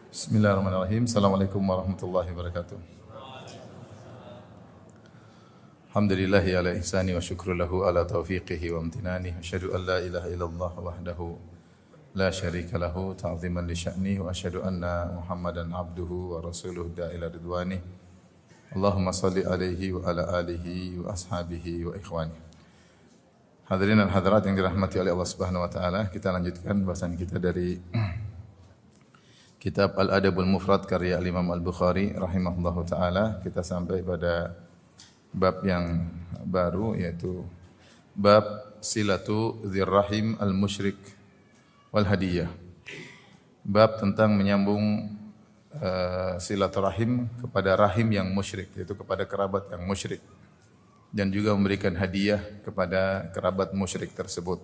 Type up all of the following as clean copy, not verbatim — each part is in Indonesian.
Bismillahirrahmanirrahim. Assalamualaikum warahmatullahi wabarakatuh. Alhamdulillahi ala ihsani wa syukru lahu ala taufiqihi wa amtinani. Asyhadu an la ilaha illallah wahdahu la syarika lahu ta'ziman li sya'ni wa asyhadu anna Muhammadan abduhu wa rasuluhu da'ila ridwani. Allahumma salli alaihi wa ala alihi wa ashabihi wa ikhwani. Hadirin dan hadirat yang dirahmati oleh Allah Subhanahu wa taala, kita lanjutkan bahasan kita dari Kitab Al-Adabul Mufrad karya Imam Al-Bukhari rahimahullahu taala. Kita sampai pada bab yang baru, yaitu bab silatu dzirrahim al-musyrik wal hadiyah. Bab tentang menyambung silaturahim kepada rahim yang musyrik, yaitu kepada kerabat yang musyrik, dan juga memberikan hadiah kepada kerabat musyrik tersebut.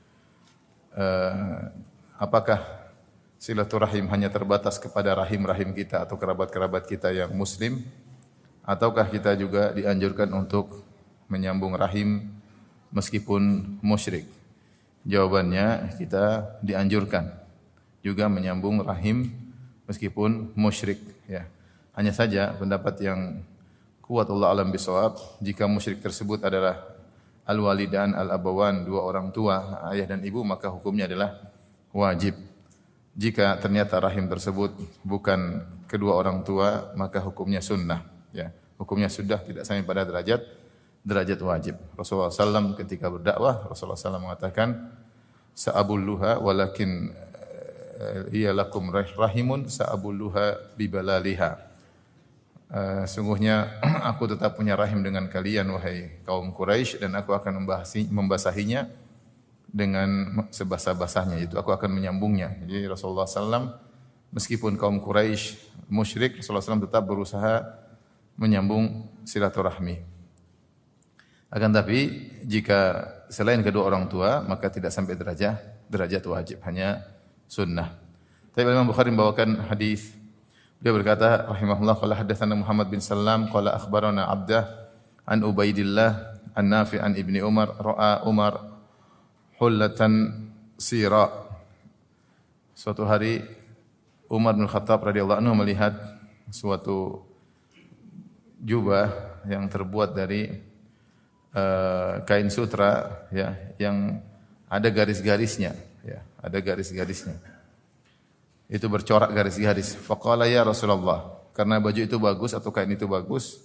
Apakah silaturahim hanya terbatas kepada rahim-rahim kita atau kerabat-kerabat kita yang muslim, ataukah kita juga dianjurkan untuk menyambung rahim meskipun musyrik? Jawabannya, kita dianjurkan juga menyambung rahim meskipun musyrik, ya. Hanya saja pendapat yang kuat Allah alam bisawab, jika musyrik tersebut adalah al-walidan al-abawan, dua orang tua, ayah dan ibu, maka hukumnya adalah wajib. Jika ternyata rahim tersebut bukan kedua orang tua, maka hukumnya sunnah. Ya, hukumnya sudah tidak sampai pada derajat wajib. Rasulullah SAW ketika berdakwah, Rasulullah SAW mengatakan, sa'abulluha walakin hiya lakum rahimun sa'abulluha bibalaliha. Sungguhnya aku tetap punya rahim dengan kalian, wahai kaum Quraisy, dan aku akan membasahinya dengan sebasah-basahnya, itu aku akan menyambungnya. Jadi Rasulullah SAW meskipun kaum Quraisy musyrik, Rasulullah SAW tetap berusaha menyambung silaturahmi. Akan tapi jika selain kedua orang tua, maka tidak sampai derajat wajib, hanya sunnah. Tapi Imam Bukhari membawakan hadis. Dia berkata rahimahullah, qala hadatsana Muhammad bin Sallam qala akhbarana Abdah an Ubaidillah an Nafi' an Ibni Umar ra'a Umar hullatan sira. Suatu hari Umar bin Khattab radhiyallahu anhu melihat suatu jubah yang terbuat dari kain sutra, ya, yang ada garis-garisnya, ya, ada garis-garisnya. Itu bercorak garis-garis. Faqala ya Rasulullah, karena baju itu bagus atau kain itu bagus,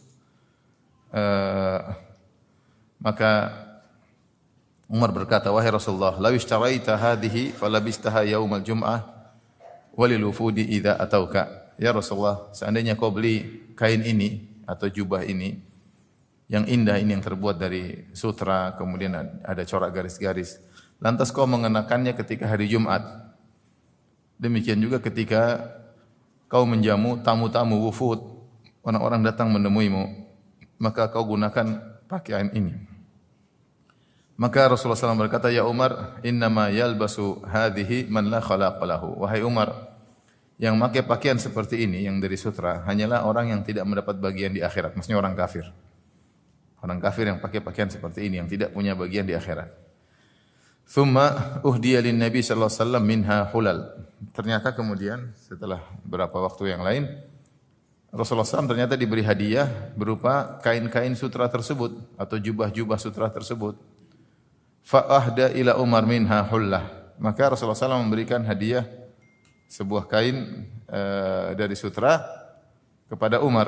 maka Umar berkata, wahai Rasulullah, law ishtaraita hadhihi falabistaha yaumal jum'ah walil wufudi idza atauka. Ya Rasulullah, seandainya kau beli kain ini atau jubah ini yang indah ini, yang terbuat dari sutra, kemudian ada corak garis-garis, lantas kau mengenakannya ketika hari Jumat. Demikian juga ketika kau menjamu tamu-tamu wufud, orang-orang datang menemuimu, maka kau gunakan pakaian ini. Maka Rasulullah SAW berkata, ya Umar, innama yalbasu hadhihi man la khalaqa lahu. Wahai Umar, yang memakai pakaian seperti ini, yang dari sutra, hanyalah orang yang tidak mendapat bagian di akhirat. Maksudnya orang kafir. Orang kafir yang pakai pakaian seperti ini, yang tidak punya bagian di akhirat. Thumma uhdiya lin Nabi sallallahu alaihi wasallam minha hulal. Ternyata kemudian setelah beberapa waktu yang lain, Rasulullah SAW ternyata diberi hadiah berupa kain-kain sutra tersebut atau jubah-jubah sutra tersebut. Fa'ahda ila Umar minha hullah. Maka Rasulullah SAW memberikan hadiah sebuah kain dari sutra kepada Umar.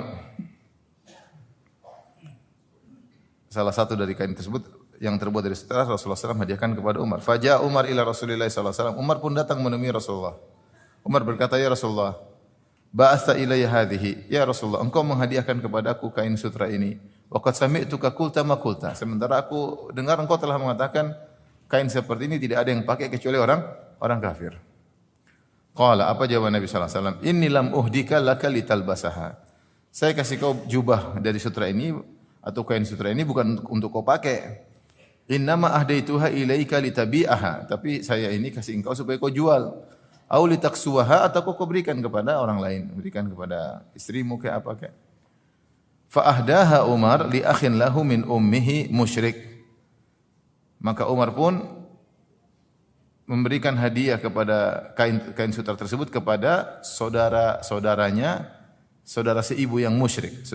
Salah satu dari kain tersebut yang terbuat dari sutra, Rasulullah SAW hadiahkan kepada Umar. Faja Umar ila Rasulillah SAW. Umar pun datang menemui Rasulullah. Umar berkata, ya Rasulullah, ba'atha ilayya hadhihi. Ya Rasulullah, engkau menghadiahkan kepadaku kain sutra ini. Waqad sami'tuka qulta ma qulta. Sementara aku dengar engkau telah mengatakan kain seperti ini tidak ada yang pakai kecuali orang kafir. Qala, apa jawaban Nabi sallallahu alaihi wasallam? Inni lam uhdika laka litalbasaha. Saya kasih kau jubah dari sutra ini atau kain sutra ini bukan untuk kau pakai. Innama ahdaituha ilaika litabi'aha. Tapi saya ini kasih engkau supaya kau jual. Au litaksuha, atau kau berikan kepada orang lain, berikan kepada istrimu kayak apa kayak. Fa'ahdaha Umar li akhin lahu min ummihi musyrik. Maka Umar pun memberikan hadiah kepada kain sutra tersebut kepada saudara-saudaranya, saudara seibu yang musyrik,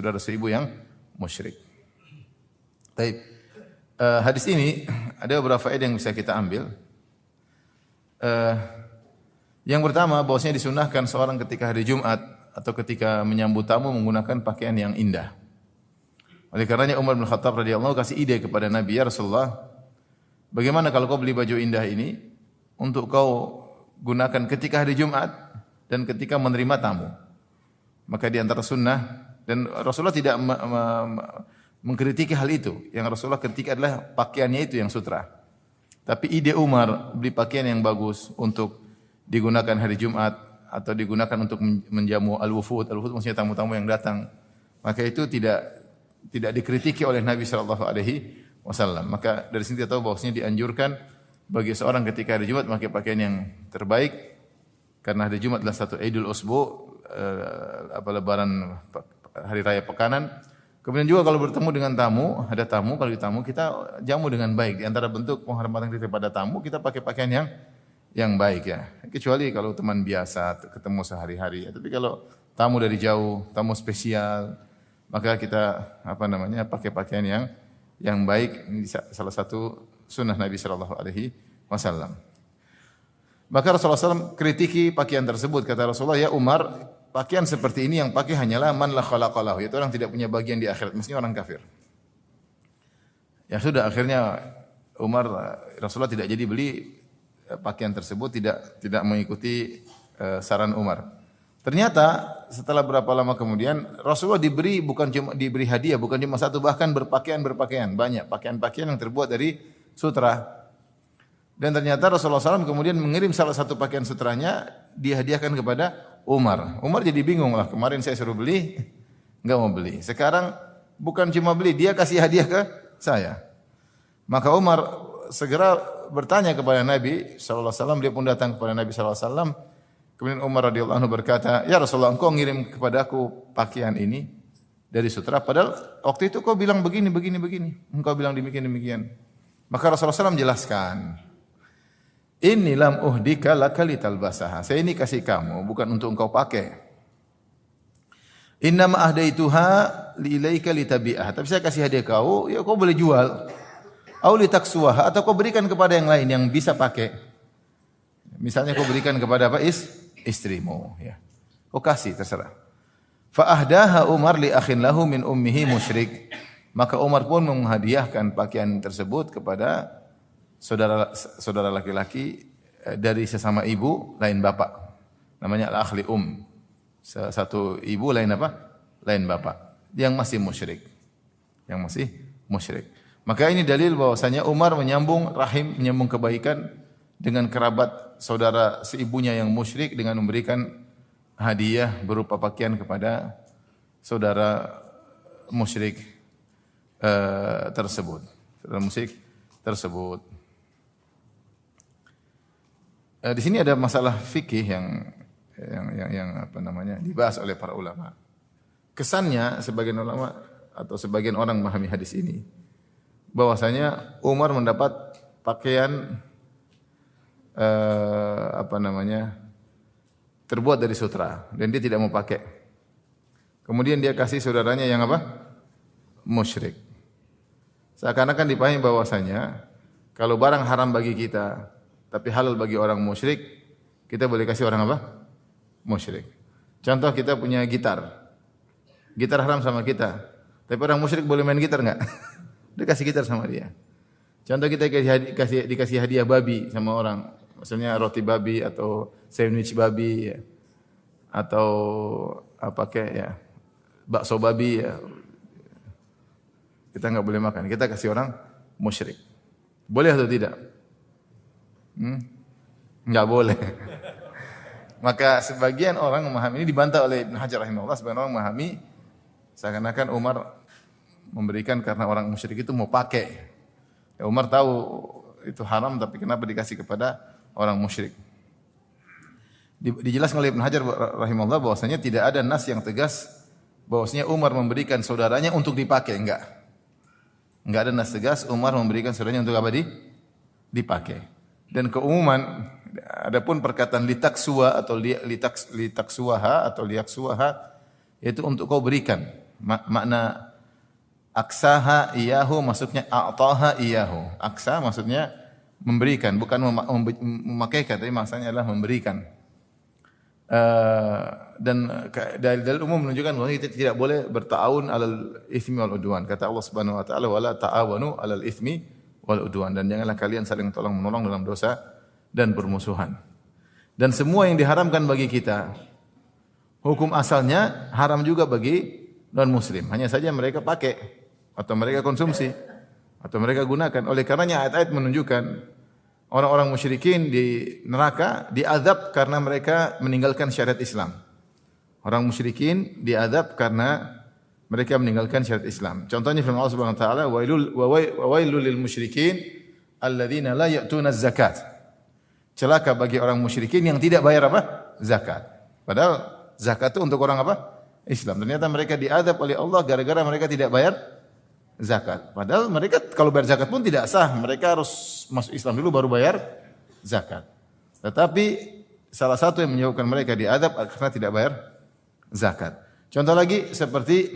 Baik. Hadis ini ada beberapa faedah yang bisa kita ambil. Yang pertama, bahwasanya disunahkan seorang ketika hari Jumat atau ketika menyambut tamu menggunakan pakaian yang indah. Oleh karenanya Umar bin Khattab radhiyallahu kasih ide kepada Nabi, ya Rasulullah, bagaimana kalau kau beli baju indah ini untuk kau gunakan ketika hari Jumat dan ketika menerima tamu. Maka di antara sunnah, dan Rasulullah tidak mengkritiki hal itu. Yang Rasulullah kritik adalah pakaiannya itu yang sutra. Tapi ide Umar beli pakaian yang bagus untuk digunakan hari Jumat atau digunakan untuk menjamu al-wufud. Al-wufud maksudnya tamu-tamu yang datang. Maka itu tidak dikritiki oleh Nabi sallallahu alaihi wasallam. Maka dari sini kita tahu bahwasanya dianjurkan bagi seorang ketika hari Jumat memakai pakaian yang terbaik, karena hari Jumat adalah satu Idul Usbu, lebaran hari raya pekanan. Kemudian juga kalau bertemu dengan tamu, ada tamu, kalau tamu kita jamu dengan baik. Di antara bentuk penghormatan kita kepada tamu, kita pakai pakaian yang baik ya. Kecuali kalau teman biasa ketemu sehari-hari. Tapi kalau tamu dari jauh, tamu spesial, maka kita pakai pakaian yang baik. Ini salah satu sunnah Nabi sallallahu alaihi wasallam. Maka Rasulullah SAW kritiki pakaian tersebut. Kata Rasulullah, ya Umar, pakaian seperti ini yang pakai hanyalah man la khalaqa lahu, yaitu orang tidak punya bagian di akhirat, mestinya orang kafir. Ya sudah, akhirnya Rasulullah tidak jadi beli pakaian tersebut, tidak mengikuti saran Umar. Ternyata setelah berapa lama kemudian Rasulullah diberi hadiah, bukan cuma satu, bahkan berpakaian banyak pakaian-pakaian yang terbuat dari sutra. Dan ternyata Rasulullah SAW kemudian mengirim salah satu pakaian sutranya dihadiahkan kepada Umar. Umar jadi bingung lah, kemarin saya suruh beli, enggak mau beli. Sekarang bukan cuma beli, dia kasih hadiah ke saya. Maka Umar segera bertanya kepada Nabi SAW, dia pun datang kepada Nabi SAW. Kemudian Umar radhiyallahu anhu berkata, ya Rasulullah, engkau ngirim kepadaku pakaian ini dari sutra, padahal waktu itu kau bilang begini. Engkau bilang demikian. Maka Rasulullah SAW menjelaskan, inni lam uhdika laka litalbasaha. Saya ini kasih kamu bukan untuk engkau pakai. Innama ahdaituha liilaika litabi'ah. Tapi saya kasih hadiah kau, ya kau boleh jual. Au litaksuha, atau kau berikan kepada yang lain yang bisa pakai. Misalnya kau berikan kepada istrimu, ya. Kau kasih, terserah. Fa ahdaha Umar li akhin lahu min ummihi musyrik. Maka Umar pun menghadiahkan pakaian tersebut kepada saudara laki-laki dari sesama ibu lain bapak. Namanya al-akhli satu ibu lain lain bapak. Yang masih musyrik. Maka ini dalil bahwasanya Umar menyambung rahim, menyambung kebaikan dengan kerabat saudara seibunya yang musyrik dengan memberikan hadiah berupa pakaian kepada saudara musyrik tersebut. Di sini ada masalah fikih yang dibahas oleh para ulama. Kesannya sebagian ulama atau sebagian orang memahami hadis ini bahwasanya Umar mendapat pakaian terbuat dari sutra dan dia tidak mau pakai. Kemudian dia kasih saudaranya yang musyrik. Seakan-akan dipahami bahwasanya kalau barang haram bagi kita tapi halal bagi orang musyrik, kita boleh kasih orang musyrik. Contoh, kita punya gitar haram sama kita, tapi orang musyrik boleh main gitar enggak? Dia kasih gitar sama dia. Contoh, kita dikasih hadiah babi sama orang, maksudnya roti babi atau sandwich babi, ya. Atau bakso babi, ya. Kita enggak boleh makan. Kita kasih orang musyrik. Boleh atau tidak? Enggak boleh. Maka sebagian orang memahami, ini dibantah oleh Ibnu Hajar rahimahullah, sebagian orang memahami seakan-akan Umar memberikan karena orang musyrik itu mau pakai. Ya, Umar tahu itu haram, tapi kenapa dikasih kepada orang musyrik? Dijelaskan oleh Ibnu Hajar rahimahullah bahwasanya tidak ada nas yang tegas bahwasanya Umar memberikan saudaranya untuk dipakai, enggak ada nas tegas Umar memberikan saudaranya untuk dipakai. dan keumuman. Adapun perkataan litaksua atau litaksuaha atau liaksuaha itu untuk kau berikan. Makna aksaha iyahu maksudnya a'taha iyahu. Aksa maksudnya memberikan, bukan memakaikan, tapi maksudnya adalah memberikan. Dan dalil umum menunjukkan bahwa kita tidak boleh berta'awun alal itsmi wal udwan. Kata Allah Subhanahu wa taala, "Wala ta'awanu alal itsmi wal udwan." Dan janganlah kalian saling tolong menolong dalam dosa dan permusuhan. Dan semua yang diharamkan bagi kita, hukum asalnya haram juga bagi non muslim. Hanya saja mereka pakai atau mereka konsumsi atau mereka gunakan. Oleh karenanya ayat-ayat menunjukkan orang-orang musyrikin di neraka diazab karena mereka meninggalkan syariat Islam. Orang musyrikin diazab karena mereka meninggalkan syariat Islam. Contohnya firman Allah Subhanahu wa taala, "Wailul lil musyrikin alladzina la ya'tuna zakat." Celaka bagi orang musyrikin yang tidak bayar apa? Zakat. Padahal zakat itu untuk orang apa? Islam. Ternyata mereka diazab oleh Allah gara-gara mereka tidak bayar zakat. Padahal mereka kalau bayar zakat pun tidak sah. Mereka harus masuk Islam dulu baru bayar zakat. Tetapi salah satu yang menyebabkan mereka diazab karena tidak bayar zakat. Contoh lagi seperti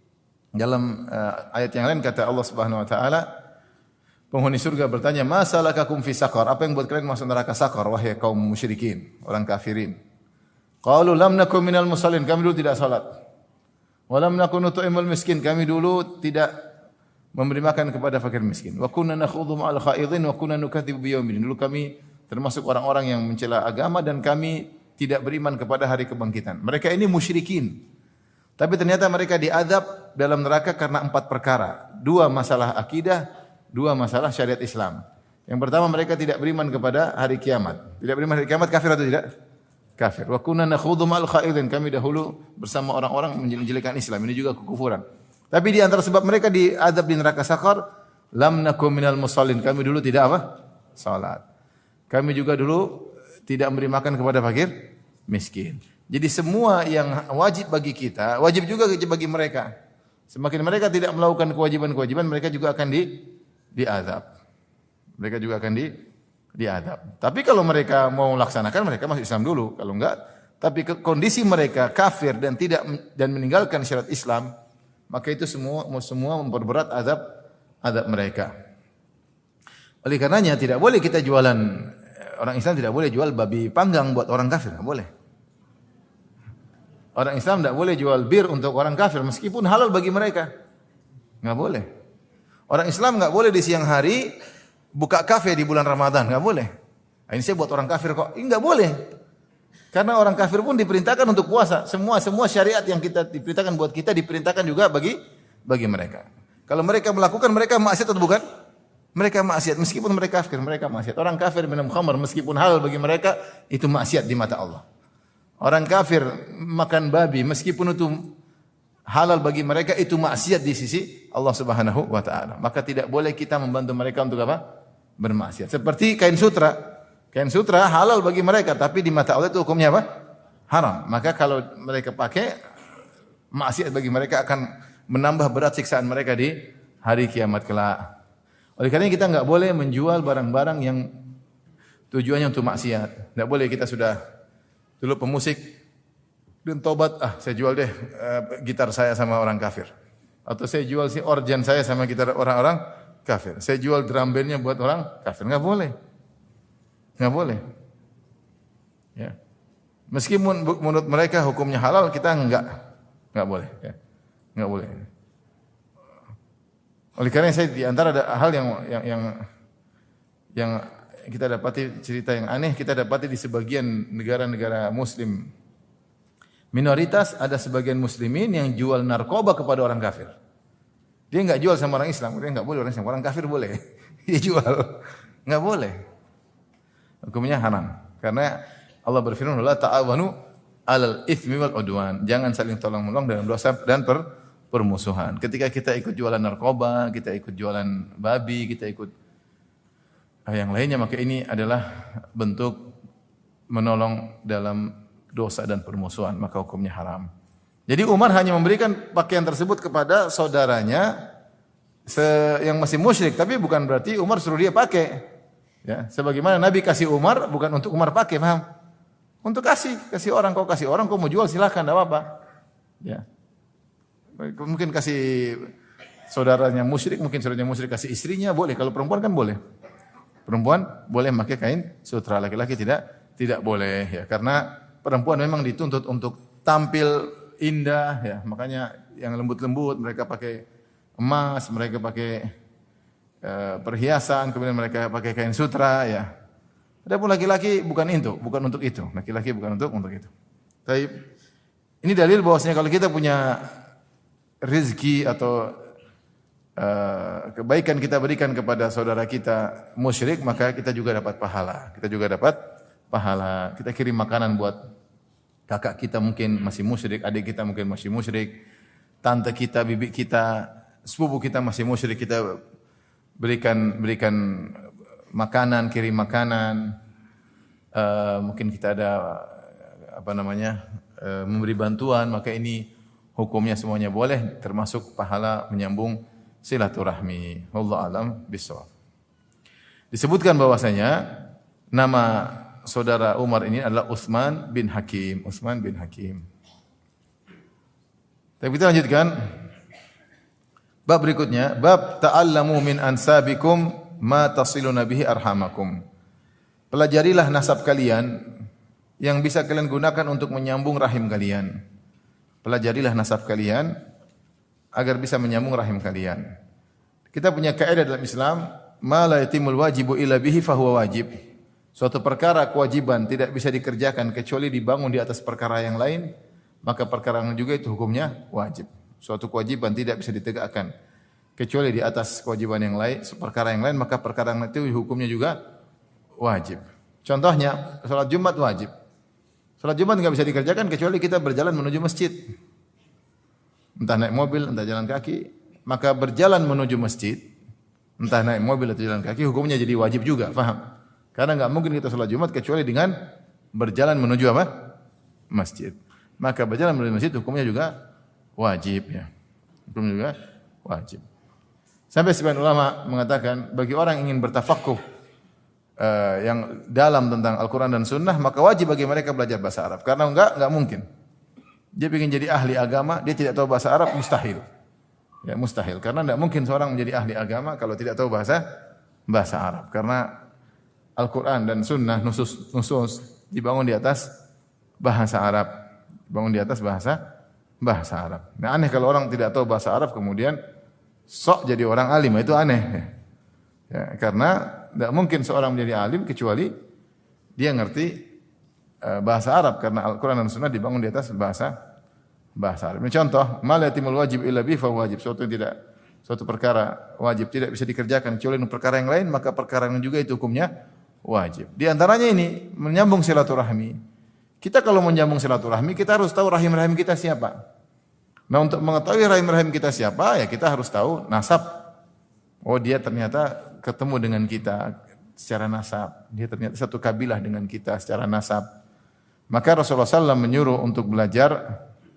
dalam ayat yang lain kata Allah Subhanahu wa taala, penghuni surga bertanya, "Ma salakakum fi saqar?" Apa yang buat kalian masuk neraka saqar wahai kaum musyrikin, orang kafirin? Qalu lam nakum minal musallin, kami dulu tidak salat. Wa lam nakun nut'imul miskin, kami dulu tidak memberi makan kepada fakir miskin. Wa kunna nakhudhu ma'al khaidin wa kunna nukadzibu biyaumiddin. Dulu kami termasuk orang-orang yang mencela agama dan kami tidak beriman kepada hari kebangkitan. Mereka ini musyrikin. Tapi ternyata mereka diazab dalam neraka karena 4 perkara. 2 masalah akidah, 2 masalah syariat Islam. Yang pertama mereka tidak beriman kepada hari kiamat. Tidak beriman hari kiamat kafir atau tidak? Kafir. Wa kunna nakhudhu ma'al khaidin. Kami dahulu bersama orang-orang menjelek-jelekan Islam. Ini juga kekufuran. Tapi di antara sebab mereka diazab di neraka sakar, lam nakum minal musallin. Kami dulu tidak apa? Salat. Kami juga dulu tidak memberi makan kepada fakir miskin. Jadi semua yang wajib bagi kita, wajib juga bagi mereka. Semakin mereka tidak melakukan kewajiban-kewajiban, mereka juga akan diazab. Mereka juga akan diazab. Tapi kalau mereka mau melaksanakan, mereka masuk Islam dulu. Kalau enggak, tapi kondisi mereka kafir dan meninggalkan syariat Islam, maka itu semua memperberat azab mereka. Oleh karenanya tidak boleh kita jualan, orang Islam tidak boleh jual babi panggang buat orang kafir, enggak boleh. Orang Islam tidak boleh jual bir untuk orang kafir meskipun halal bagi mereka. Enggak boleh. Orang Islam enggak boleh di siang hari buka kafe di bulan Ramadan, enggak boleh. Nah, ini saya buat orang kafir kok. Enggak boleh. Karena orang kafir pun diperintahkan untuk puasa. Semua syariat yang kita diperintahkan buat kita diperintahkan juga bagi mereka. Kalau mereka melakukan, mereka maksiat atau bukan? Mereka maksiat meskipun mereka kafir, mereka maksiat. Orang kafir minum khamar meskipun halal bagi mereka itu maksiat di mata Allah. Orang kafir makan babi meskipun itu halal bagi mereka itu maksiat di sisi Allah Subhanahu wa taala. Maka tidak boleh kita membantu mereka untuk apa? Bermaksiat. Seperti kain sutra. Kain sutra halal bagi mereka tapi di mata Allah itu hukumnya apa? Haram. Maka kalau mereka pakai maksiat bagi mereka akan menambah berat siksaan mereka di hari kiamat kelak. Oleh karena kita enggak boleh menjual barang-barang yang tujuannya untuk maksiat. Enggak boleh kita sudah dulu pemusik dan tobat, saya jual deh gitar saya sama orang kafir. Atau saya jual si organ saya sama gitar orang-orang kafir. Saya jual drum bandnya buat orang kafir. Enggak boleh. Enggak boleh. Ya. Meskipun menurut mereka hukumnya halal, kita enggak boleh. Ya. Enggak boleh. Oleh karena saya di antara ada hal yang kita dapati cerita yang aneh, kita dapati di sebagian negara-negara muslim minoritas ada sebagian muslimin yang jual narkoba kepada orang kafir. Dia enggak jual sama orang Islam, dia enggak boleh orang Islam, orang kafir boleh. Dia jual. Enggak boleh. Hukumnya haram. Karena Allah berfirman, "La ta'awanu 'alal itsmi wal 'udwan." Jangan saling tolong-menolong dalam dosa dan permusuhan. Ketika kita ikut jualan narkoba, kita ikut jualan babi, kita ikut yang lainnya, maka ini adalah bentuk menolong dalam dosa dan permusuhan, maka hukumnya haram. Jadi Umar hanya memberikan pakaian tersebut kepada saudaranya yang masih musyrik, tapi bukan berarti Umar suruh dia pakai. Ya, sebagaimana Nabi kasih Umar bukan untuk Umar pakai, paham? Untuk kasih orang, kau mau jual silakan, enggak apa-apa. Ya. Mungkin kasih saudaranya musyrik, mungkin saudaranya musyrik kasih istrinya, boleh. Kalau perempuan kan boleh. Perempuan boleh pakai kain sutra, laki-laki tidak boleh ya, karena perempuan memang dituntut untuk tampil indah ya, makanya yang lembut-lembut mereka pakai emas, mereka pakai perhiasan, kemudian mereka pakai kain sutra ya. Adapun laki-laki bukan untuk itu. Laki-laki bukan untuk itu. Tapi ini dalil bahwasanya kalau kita punya rezeki atau kebaikan kita berikan kepada saudara kita musyrik, maka kita juga dapat pahala. Kita kirim makanan buat kakak kita mungkin masih musyrik, adik kita mungkin masih musyrik, tante kita, bibi kita, sepupu kita masih musyrik, kita berikan makanan, kirim makanan. Mungkin kita ada memberi bantuan, maka ini hukumnya semuanya boleh, termasuk pahala menyambung silaturahmi. Wallahu a'lam bishawab. Disebutkan bahwasanya nama saudara Umar ini adalah Utsman bin Hakim. Tapi kita lanjutkan. Bab berikutnya, bab ta'allamu min ansabikum ma tasiluna bihi arhamakum. Pelajarilah nasab kalian yang bisa kalian gunakan untuk menyambung rahim kalian. Pelajarilah nasab kalian agar bisa menyambung rahim kalian. Kita punya kaidah dalam Islam, ma la yatimul wajibu illa bihi fahuwa wajib. Suatu perkara kewajiban tidak bisa dikerjakan kecuali dibangun di atas perkara yang lain, maka perkara yang juga itu hukumnya wajib. Suatu kewajiban tidak bisa ditegakkan kecuali di atas kewajiban yang lain, perkara yang lain, maka perkara yang itu hukumnya juga wajib. Contohnya, salat Jumat wajib. Salat Jumat enggak bisa dikerjakan kecuali kita berjalan menuju masjid. Entah naik mobil, entah jalan kaki, maka berjalan menuju masjid, entah naik mobil atau jalan kaki, hukumnya jadi wajib juga, paham? Karena enggak mungkin kita salat Jumat kecuali dengan berjalan menuju apa? Masjid. Maka berjalan menuju masjid hukumnya juga wajib ya. Hukumnya juga wajib. Sampai sebagian ulama mengatakan bagi orang yang ingin bertafaqquh yang dalam tentang Al-Qur'an dan Sunnah, maka wajib bagi mereka belajar bahasa Arab. Karena enggak mungkin. Dia ingin jadi ahli agama, dia tidak tahu bahasa Arab, mustahil. Ya, mustahil. Karena enggak mungkin seorang menjadi ahli agama kalau tidak tahu bahasa Arab. Karena Al-Qur'an dan Sunnah nusus dibangun di atas bahasa Arab. Dibangun di atas bahasa Arab. Nah, aneh kalau orang tidak tahu bahasa Arab kemudian sok jadi orang alim, itu aneh. Ya, karena tidak mungkin seorang menjadi alim kecuali dia ngerti bahasa Arab, karena Al-Quran dan Sunnah dibangun di atas bahasa Arab. Ini contoh, ma la yatimul wajib illa bihi fa wajib. Suatu perkara wajib tidak bisa dikerjakan kecuali dengan perkara yang lain, maka perkara yang juga itu hukumnya wajib. Di antaranya ini menyambung silaturahmi. Kita kalau menyambung silaturahmi, kita harus tahu rahim-rahim kita siapa. Nah, untuk mengetahui rahim-rahim kita siapa, ya kita harus tahu nasab. Oh, dia ternyata ketemu dengan kita secara nasab. Dia ternyata satu kabilah dengan kita secara nasab. Maka Rasulullah SAW menyuruh untuk belajar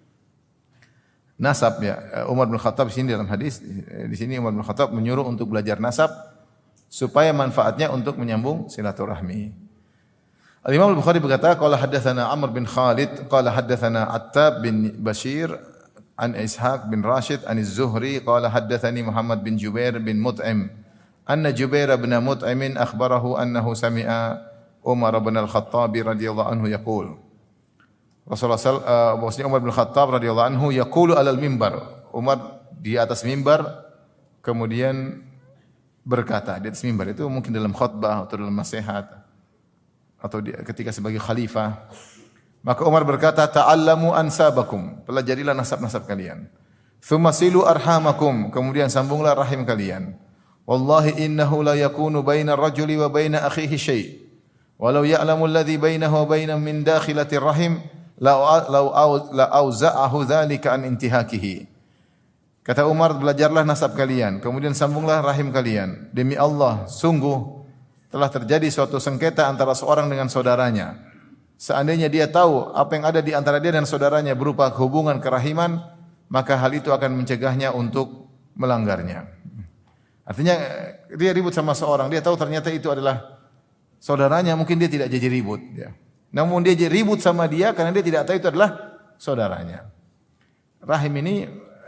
nasab ya. Umar bin Khattab di sini dalam hadis, di sini Umar bin Khattab menyuruh untuk belajar nasab supaya manfaatnya untuk menyambung silaturahmi. Al-Imam Al-Bukhari berkata, qala haddatsana Amr bin Khalid, qala haddatsana Attab bin Bashir an Ishaq bin Rashid an Az-Zuhri qala haddatsani Muhammad bin Jubair bin Mut'im anna Jubair bin Mut'im akhbarahu annahu sami'a Umar bin Al-Khattab radhiyallahu anhu yaqul. Rasulullah Umar bin Al-Khattab radhiyallahu anhu yaqulu alal mimbar. Umar di atas mimbar kemudian berkata, di atas mimbar itu mungkin dalam khutbah atau dalam nasihat atau ketika sebagai khalifah. Maka Umar berkata, ta'allamu ansabakum, pelajarilah nasab-nasab kalian. Tsumma silu arhamakum, kemudian sambunglah rahim kalian. Wallahi innahu la yakunu baina ar-rajuli wa baina akhihi syai'. Walau ya'lamu alladhi bainahu wa bainahu min dakhilati rahim la auza'ahu dzalika an intihakihi. Kata Umar, belajarlah nasab kalian, kemudian sambunglah rahim kalian. Demi Allah, sungguh telah terjadi suatu sengketa antara seorang dengan saudaranya. Seandainya dia tahu apa yang ada di antara dia dan saudaranya berupa hubungan kerahiman, maka hal itu akan mencegahnya untuk melanggarnya. Artinya dia ribut sama seorang, dia tahu ternyata itu adalah saudaranya, mungkin dia tidak jadi ribut. Ya. Namun dia jadi ribut sama dia karena dia tidak tahu itu adalah saudaranya. Rahim ini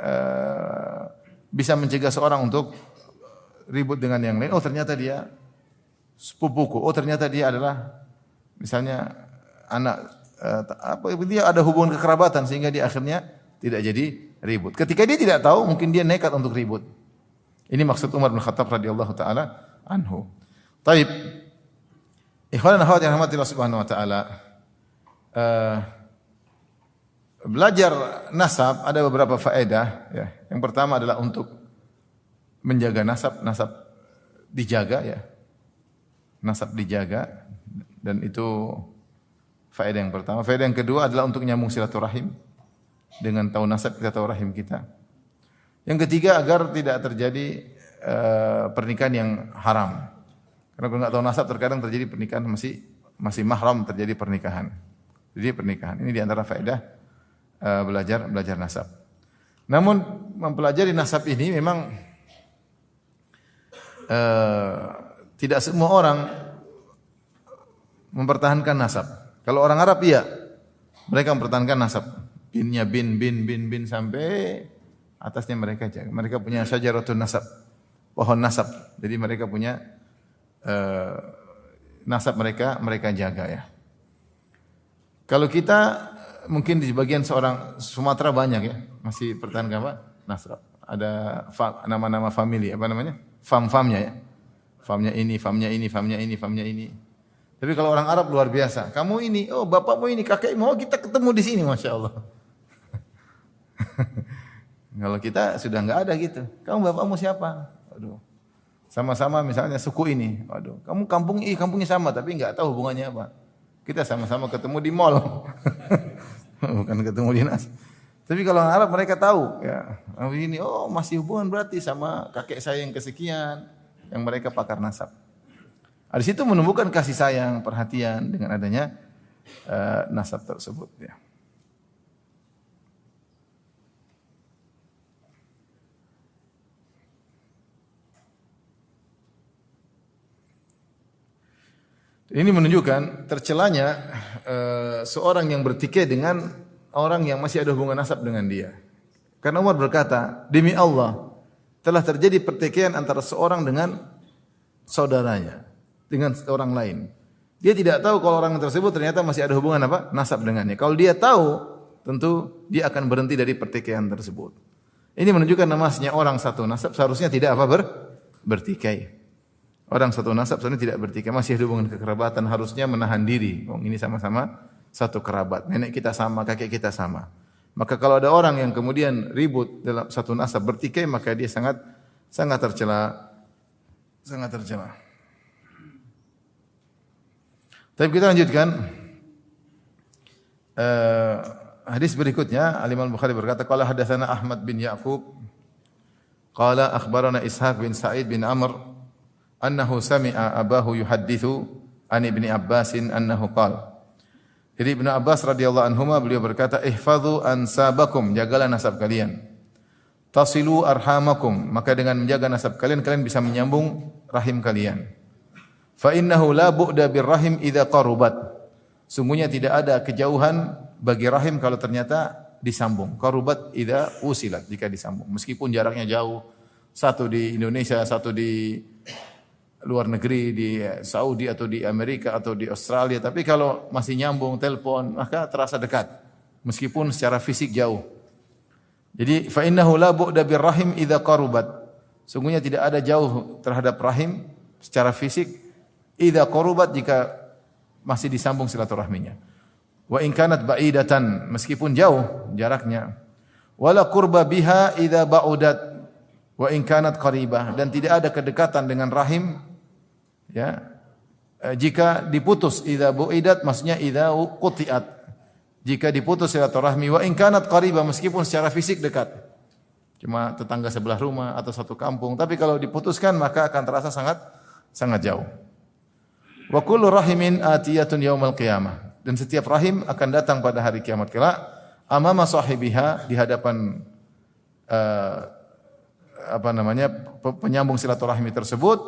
bisa mencegah seorang untuk ribut dengan yang lain. Oh ternyata dia sepupuku. Oh ternyata dia adalah misalnya anak dia ada hubungan kekerabatan sehingga dia akhirnya tidak jadi ribut. Ketika dia tidak tahu, mungkin dia nekat untuk ribut. Ini maksud Umar bin Khattab radhiyallahu taala anhu. Taib. Ikhwan dan akhwat yang rahmati Allah Subhanahu wa taala. Belajar nasab ada beberapa faedah ya. Yang pertama adalah untuk menjaga nasab dijaga ya. Nasab dijaga dan itu faedah yang pertama. Faedah yang kedua adalah untuk nyambung silaturahim. Dengan tahu nasab kita tahu rahim kita. Yang ketiga agar tidak terjadi pernikahan yang haram. Karena kalau nggak tahu nasab terkadang terjadi pernikahan masih mahram terjadi pernikahan. Jadi pernikahan ini diantara faedah belajar nasab. Namun mempelajari nasab ini memang tidak semua orang mempertahankan nasab. Kalau orang Arab iya, mereka mempertahankan nasab. Binnya bin sampai atasnya mereka jaga. Mereka punya syajaratun nasab, pohon nasab. Jadi mereka punya nasab mereka jaga ya. Kalau kita mungkin di bagian seorang Sumatera banyak ya, masih pertahankan apa? Nasab. Ada nama-nama family, apa namanya? Fam-famnya ya. Famnya ini. Tapi kalau orang Arab luar biasa. Kamu ini, oh bapakmu ini, kakekmu, oh kita ketemu di sini, masya Allah. Kalau kita sudah enggak ada gitu. Kamu bapakmu siapa? Aduh. Sama-sama misalnya suku ini. Aduh, kamu kampungnya sama tapi enggak tahu hubungannya apa. Kita sama-sama ketemu di mall. Bukan ketemu di nas. Tapi kalau orang Arab mereka tahu ya. Ini oh masih hubungan berarti sama kakek saya yang kesekian yang mereka pakar nasab. Di situ menumbuhkan kasih sayang, perhatian dengan adanya nasab tersebut ya. Ini menunjukkan tercelanya seorang yang bertikai dengan orang yang masih ada hubungan nasab dengan dia. Karena Umar berkata, demi Allah telah terjadi pertikaian antara seorang dengan saudaranya, dengan orang lain. Dia tidak tahu kalau orang tersebut ternyata masih ada hubungan apa? Nasab dengannya. Kalau dia tahu, tentu dia akan berhenti dari pertikaian tersebut. Ini menunjukkan namanya orang satu nasab seharusnya tidak apa bertikai. Orang satu nasab sebenarnya tidak bertikai, masih ada hubungan kekerabatan, harusnya menahan diri. Oh, ini sama-sama satu kerabat, nenek kita sama, kakek kita sama. Maka kalau ada orang yang kemudian ribut dalam satu nasab bertikai, maka dia sangat tercela. Sangat tercela. Tapi kita lanjutkan. Hadis berikutnya, Al-Imam Bukhari berkata, qala hadatsana Ahmad bin Ya'qub, qala akhbarana Ishaq bin Sa'id bin Amr annahu sami'a abahu yuhaddithu an Ibni Abbasin annahu qala. Jadi Ibnu Abbas radhiyallahu anhuma beliau berkata, ihfadhu ansabakum, jagalah nasab kalian. Tasilu arhamakum, maka dengan menjaga nasab kalian bisa menyambung rahim kalian. Fa innahu la bu'da birrahim idza qarubat. Sungguhnya tidak ada kejauhan bagi rahim kalau ternyata disambung. Qarubat idza usilat, jika disambung. Meskipun jaraknya jauh, satu di Indonesia, satu di luar negeri, di Saudi atau di Amerika atau di Australia, tapi kalau masih nyambung telepon maka terasa dekat meskipun secara fisik jauh. Jadi fa innahu la bu'da birrahim idza qarubat. Sungguhnya tidak ada jauh terhadap rahim secara fisik idza qarubat jika masih disambung silaturahminya. Wa in kanat ba'idatan, meskipun jauh jaraknya. Wala qurba biha idza ba'udat wa in kanat qaribah, dan tidak ada kedekatan dengan rahim ya jika diputus. Idza bu'idat maksudnya idza qutiat, jika diputus silaturahmi. Wa in kanat qaribah, meskipun secara fisik dekat, cuma tetangga sebelah rumah atau satu kampung, tapi kalau diputuskan maka akan terasa sangat jauh. Wa kullu rahimin atiyatun yaumal qiyamah, dan setiap rahim akan datang pada hari kiamat kelak amama sahibiha, di hadapan penyambung silaturahmi tersebut,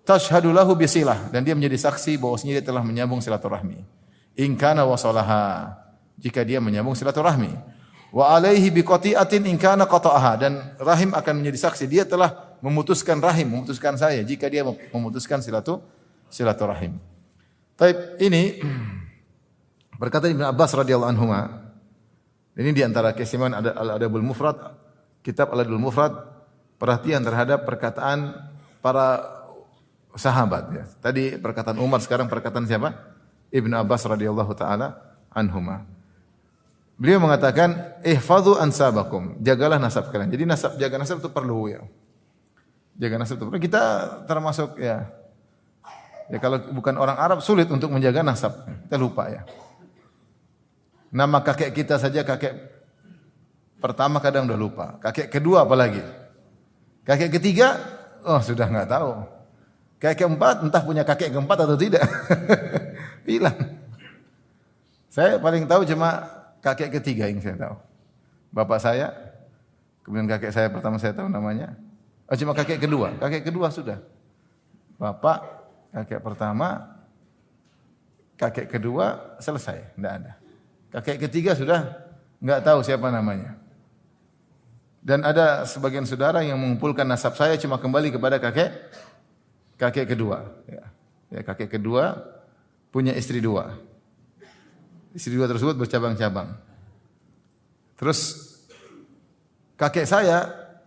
tashhadu lahu bisilah, dan dia menjadi saksi bahwasanya dia telah menyambung silaturahmi. In kana wasalaha, jika dia menyambung silaturahmi. Wa alaihi biqati'atin in kana qata'aha, dan rahim akan menjadi saksi dia telah memutuskan rahim, memutuskan saya jika dia memutuskan silaturahim. Baik, ini berkata Ibnu Abbas radhiyallahu anhuma. Ini di antara keistimewaan Al-Adabul Mufrad, kitab Al-Adabul Mufrad, perhatian terhadap perkataan para sahabat ya. Tadi perkataan Umar, sekarang perkataan siapa? Ibnu Abbas radhiyallahu taala anhuma. Beliau mengatakan, ihfadhu ansabakum, jagalah nasab kalian. Jadi jaga nasab itu perlu ya. Jaga nasab itu perlu. Kita termasuk ya kalau bukan orang Arab sulit untuk menjaga nasab. Kita lupa ya. Nama kakek kita saja, kakek pertama kadang udah lupa. Kakek kedua apalagi. Kakek ketiga, sudah enggak tahu. Kakek keempat entah punya kakek keempat atau tidak. Hilang. Saya paling tahu cuma kakek ketiga yang saya tahu. Bapak saya, kemudian kakek saya pertama saya tahu namanya. Cuma kakek kedua sudah. Bapak, kakek pertama, kakek kedua selesai, tidak ada. Kakek ketiga sudah enggak tahu siapa namanya. Dan ada sebagian saudara yang mengumpulkan nasab saya cuma kembali kepada kakek kedua. Ya, kakek kedua punya istri dua. Istri dua tersebut bercabang-cabang. Terus kakek saya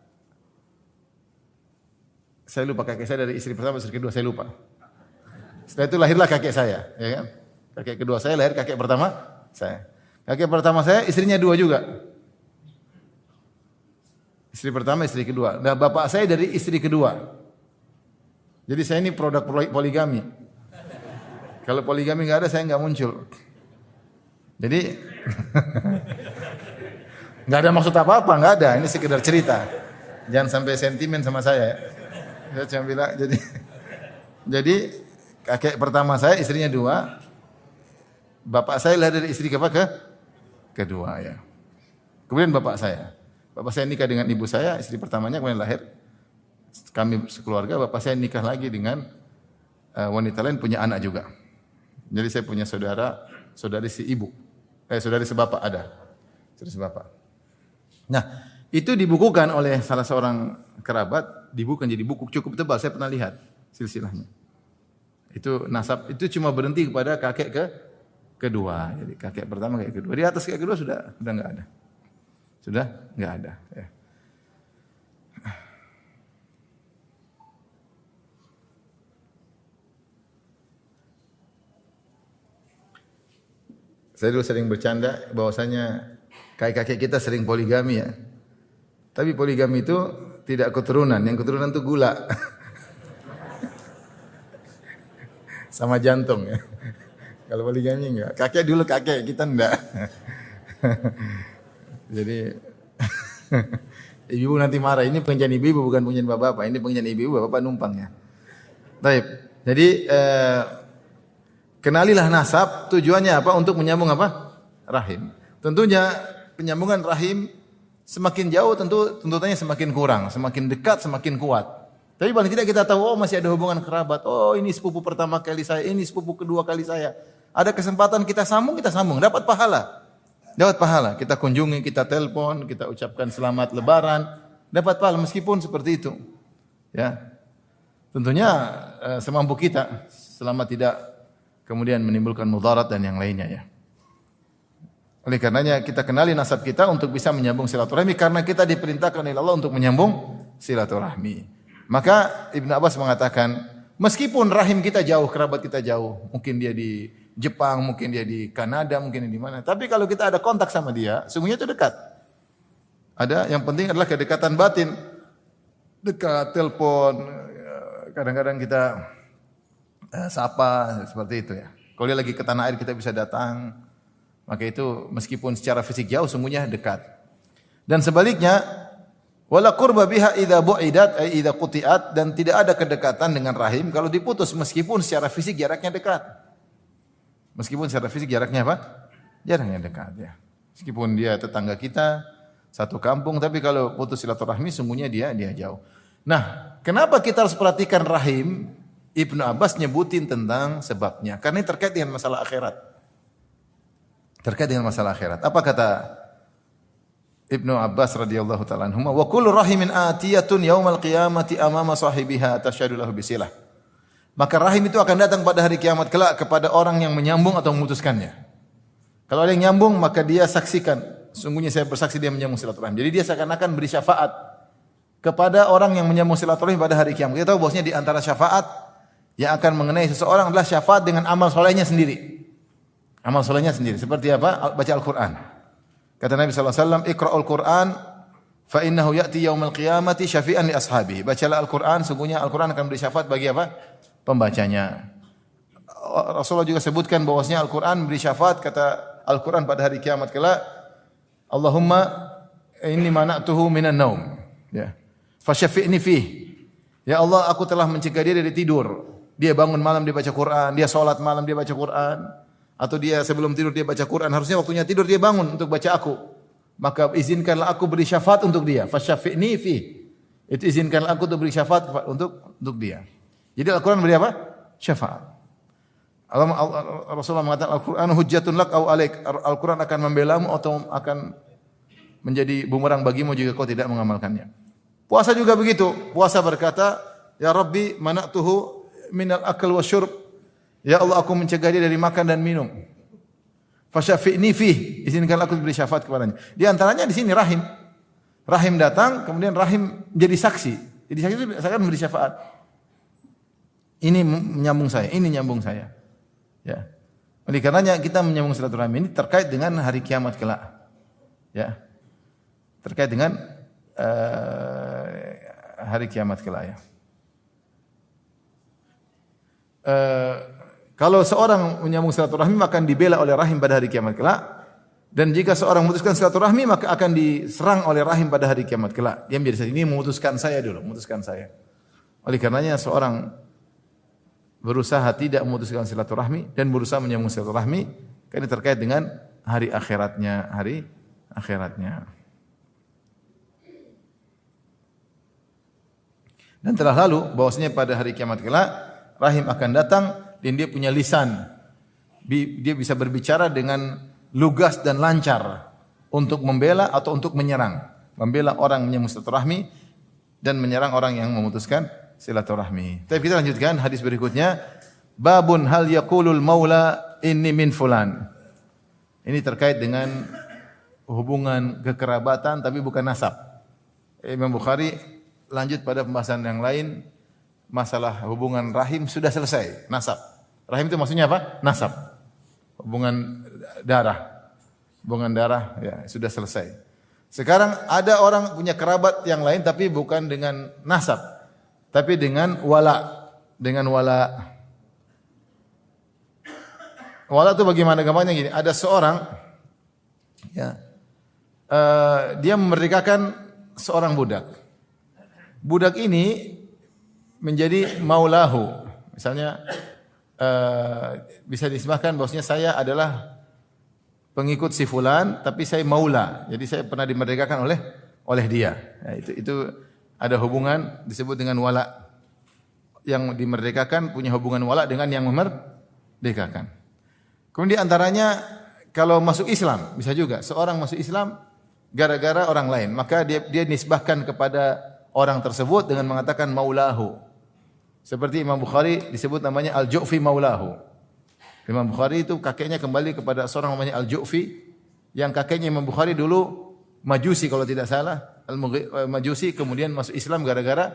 lupa kakek saya dari istri pertama, istri kedua saya lupa. Setelah itu lahirlah kakek saya, ya kan? Kakek kedua saya lahir, kakek pertama saya. Kakek pertama saya istrinya dua juga. Istri pertama, istri kedua. Nah, bapak saya dari istri kedua. Jadi saya ini produk poligami. Kalau poligami enggak ada, saya enggak muncul. Jadi enggak ada maksud apa-apa, enggak ada. Ini sekedar cerita. Jangan sampai sentimen sama saya. Saya cuma bilang jadi kakek pertama saya istrinya dua. Bapak saya lahir dari istri kedua ya. Kemudian bapak saya nikah dengan ibu saya, istri pertamanya, kemudian lahir kami sekeluarga. Bapak saya nikah lagi dengan wanita lain, punya anak juga. Jadi saya punya saudari si ibu. Saudari sebapak ada. Saudari sebapak. Nah, itu dibukukan oleh salah seorang kerabat, dibukukan jadi buku cukup tebal, saya pernah lihat silsilahnya. Itu nasab, itu cuma berhenti kepada kakek kedua. Jadi kakek pertama, kakek kedua. Di atas kakek kedua sudah enggak ada. Sudah enggak ada, ya. Saya dulu sering bercanda bahwasanya kakek-kakek kita sering poligami ya. Tapi poligami itu tidak keturunan, yang keturunan itu gula. Sama jantung ya. Kalau poligami enggak. Kakek dulu kakek, kita enggak. Jadi ibu nanti marah, ini pengajian ibu bukan pengajian bapak-bapak, ini pengajian ibu bapak numpang ya. Baik. Jadi kenalilah nasab, tujuannya apa? Untuk menyambung apa? Rahim. Tentunya penyambungan rahim semakin jauh tuntutannya semakin kurang, semakin dekat semakin kuat. Tapi paling tidak kita tahu masih ada hubungan kerabat. Ini sepupu pertama kali saya, ini sepupu kedua kali saya. Ada kesempatan kita sambung, dapat pahala. Dapat pahala. Kita kunjungi, kita telepon, kita ucapkan selamat lebaran, dapat pahala meskipun seperti itu. Ya. Tentunya semampu kita selama tidak kemudian menimbulkan mudarat dan yang lainnya ya. Oleh karenanya kita kenali nasab kita untuk bisa menyambung silaturahmi, karena kita diperintahkan oleh Allah untuk menyambung silaturahmi. Maka Ibnu Abbas mengatakan, meskipun rahim kita jauh, kerabat kita jauh, mungkin dia di Jepang, mungkin dia di Kanada, mungkin di mana, tapi kalau kita ada kontak sama dia, sungguhnya itu dekat. Yang penting adalah kedekatan batin. Dekat, telepon, kadang-kadang kita sapa seperti itu ya. Kalau dia lagi ke tanah air kita bisa datang. Maka itu meskipun secara fisik jauh sungguhnya dekat. Dan sebaliknya, wala qurba biha idza bu'idat ay idza quti'at, dan tidak ada kedekatan dengan rahim kalau diputus meskipun secara fisik jaraknya dekat. Meskipun secara fisik jaraknya apa? Jaraknya dekat ya. Meskipun dia tetangga kita, satu kampung, tapi kalau putus silaturahmi sungguhnya dia jauh. Nah, kenapa kita harus perhatikan rahim? Ibnu Abbas nyebutin tentang sebabnya karena ini terkait dengan masalah akhirat. Terkait dengan masalah akhirat. Apa kata Ibnu Abbas radhiyallahu taala anhuma, "Wa kullu rahimin atiyatun yaumal qiyamati amama sahibiha tasyhadu lahu bisilah." Maka rahim itu akan datang pada hari kiamat kelak kepada orang yang menyambung atau memutuskannya. Kalau ada yang nyambung, maka dia saksikan, sungguhnya saya bersaksi dia menyambung silaturahim. Jadi dia seakan-akan beri syafaat kepada orang yang menyambung silaturahim pada hari kiamat. Kita tahu bahwasanya di antara syafaat yang akan mengenai seseorang adalah syafaat dengan amal solehnya sendiri. Amal solehnya sendiri. Seperti apa? Baca Al-Quran. Kata Nabi SAW, Iqra'ul Quran, fa innahu ya'ti yaumal qiyamati syafi'an li ashabihi. Bacalah Al-Quran, sungguhnya Al-Quran akan beri syafaat bagi apa? Pembacanya. Rasulullah juga sebutkan bahwasanya Al-Quran beri syafaat, kata Al-Quran pada hari kiamat kelak, Allahumma inni mana'tuhu minan naum. Ya. Fasyafi'ni fih. Ya Allah, aku telah mencegah dia dari tidur. Dia bangun malam dia baca Quran, dia salat malam dia baca Quran, atau dia sebelum tidur dia baca Quran, harusnya waktunya tidur dia bangun untuk baca aku. Maka izinkanlah aku beri syafaat untuk dia. Fasyafi'ni fih. Itu izinkanlah aku untuk beri syafaat untuk dia. Jadi Al-Quran beri apa? Syafaat. Rasulullah mengatakan Al-Quran hujjatun lak au alaik. Al-Quran akan membelamu atau akan menjadi bumerang bagimu jika kau tidak mengamalkannya. Puasa juga begitu. Puasa berkata, Ya Rabbi mana'tuhu minal akal wa syurb. Ya Allah, aku mencegah dia dari makan dan minum. Fasyafi'ni fih. Izinkanlah aku beri syafaat kepadanya. Di antaranya di sini rahim. Rahim datang, kemudian rahim jadi saksi. Jadi saksi itu akan memberi syafaat. Ini menyambung saya, ini nyambung saya. Ya. Oleh karenanya kita menyambung silaturahmi ini terkait dengan hari kiamat kelak. Ya. Terkait dengan hari kiamat kelak ya. Kalau seorang menyambung silaturahmi maka akan dibela oleh rahim pada hari kiamat kelak. Dan jika seorang memutuskan silaturahmi maka akan diserang oleh rahim pada hari kiamat kelak. Dia menjadi ini memutuskan saya dulu, memutuskan saya. Oleh karenanya seorang berusaha tidak memutuskan silaturahmi dan berusaha menyambung silaturahmi karena terkait dengan hari akhiratnya, Dan telah lalu bahwasanya pada hari kiamat kelak rahim akan datang dan dia punya lisan. Dia bisa berbicara dengan lugas dan lancar untuk membela atau untuk menyerang. Membela orang menyambung silaturahmi dan menyerang orang yang memutuskan silaturahmi. Tapi kita lanjutkan hadis berikutnya. Babun hal yaqulul maula inni min fulan. Ini terkait dengan hubungan kekerabatan tapi bukan nasab. Imam Bukhari lanjut pada pembahasan yang lain. Masalah hubungan rahim sudah selesai. Nasab. Rahim itu maksudnya apa? Nasab. Hubungan darah. Hubungan darah ya sudah selesai. Sekarang ada orang punya kerabat yang lain tapi bukan dengan nasab. Tapi dengan wala. Wala itu bagaimana gampangnya gini, ada seorang ya dia memerdekakan seorang budak. Budak ini menjadi maulahu. Misalnya bisa disebutkan bahwasanya saya adalah pengikut si fulan tapi saya maula. Jadi saya pernah dimerdekakan oleh dia. Ya, itu ada hubungan disebut dengan wala. Yang dimerdekakan punya hubungan wala dengan yang memerdekakan. Kemudian antaranya kalau masuk Islam bisa juga seorang masuk Islam gara-gara orang lain, maka dia nisbahkan kepada orang tersebut dengan mengatakan maulahu. Seperti Imam Bukhari disebut namanya Al-Ju'fi maulahu. Imam Bukhari itu kakeknya kembali kepada seorang namanya Al-Ju'fi yang kakeknya Imam Bukhari dulu Majusi kalau tidak salah. Majusi kemudian masuk Islam gara-gara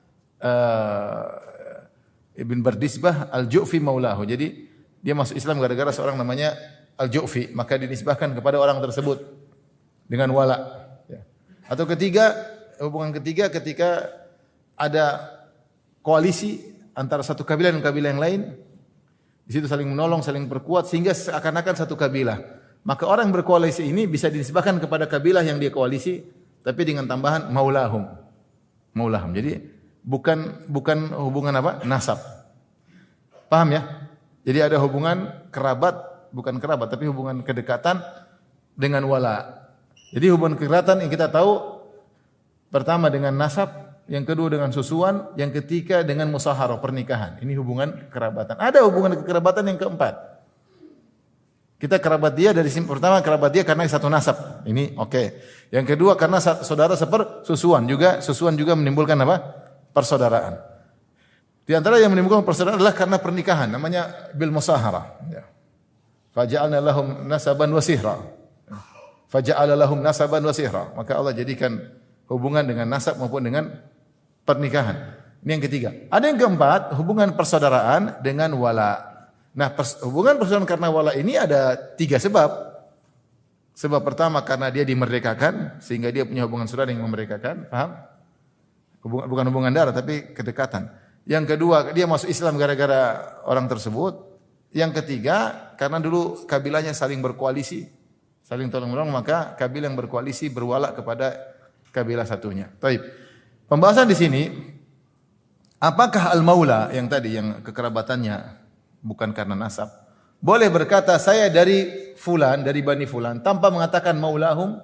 Ibn Bardisbah Al-Ju'fi maulahu. Jadi dia masuk Islam gara-gara seorang namanya Al-Ju'fi, maka dinisbahkan kepada orang tersebut dengan wala. Ya. Atau hubungan ketiga ketika ada koalisi antara satu kabilah dan kabilah yang lain, di situ saling menolong, saling berkuat sehingga seakan-akan satu kabilah. Maka orang berkoalisi ini bisa dinisbahkan kepada kabilah yang dia koalisi, tapi dengan tambahan maulahum. Jadi bukan hubungan apa? Nasab. Paham ya? Jadi ada hubungan kerabat, bukan kerabat tapi hubungan kedekatan dengan wala. Jadi hubungan kedekatan yang kita tahu pertama dengan nasab, yang kedua dengan susuan, yang ketiga dengan musaharah, pernikahan. Ini hubungan kerabatan. Ada hubungan kekerabatan yang keempat. Kita kerabat dia dari pertama kerabat dia karena satu nasab. Ini oke. Yang kedua karena saudara sepersusuan juga menimbulkan apa? Persaudaraan. Di antara yang menimbulkan persaudaraan adalah karena pernikahan, namanya bil musahara. Ya. Faja'alna lahum nasaban wa sihra. Faja'ala lahum nasaban wa sihra. Maka Allah jadikan hubungan dengan nasab maupun dengan pernikahan. Ini yang ketiga. Ada yang keempat, hubungan persaudaraan dengan wala. Nah, hubungan persaudaraan karena wala ini ada 3 sebab. Sebab pertama karena dia dimerdekakan sehingga dia punya hubungan saudara yang memerdekakan, paham? Bukan hubungan darah tapi kedekatan. Yang kedua, dia masuk Islam gara-gara orang tersebut. Yang ketiga, karena dulu kabilahnya saling berkoalisi, saling tolong-menolong, maka kabilah yang berkoalisi berwala kepada kabilah satunya. Baik. Pembahasan di sini, apakah al-maula yang tadi yang kekerabatannya bukan karena nasab, boleh berkata saya dari fulan, dari bani fulan tanpa mengatakan maulahum?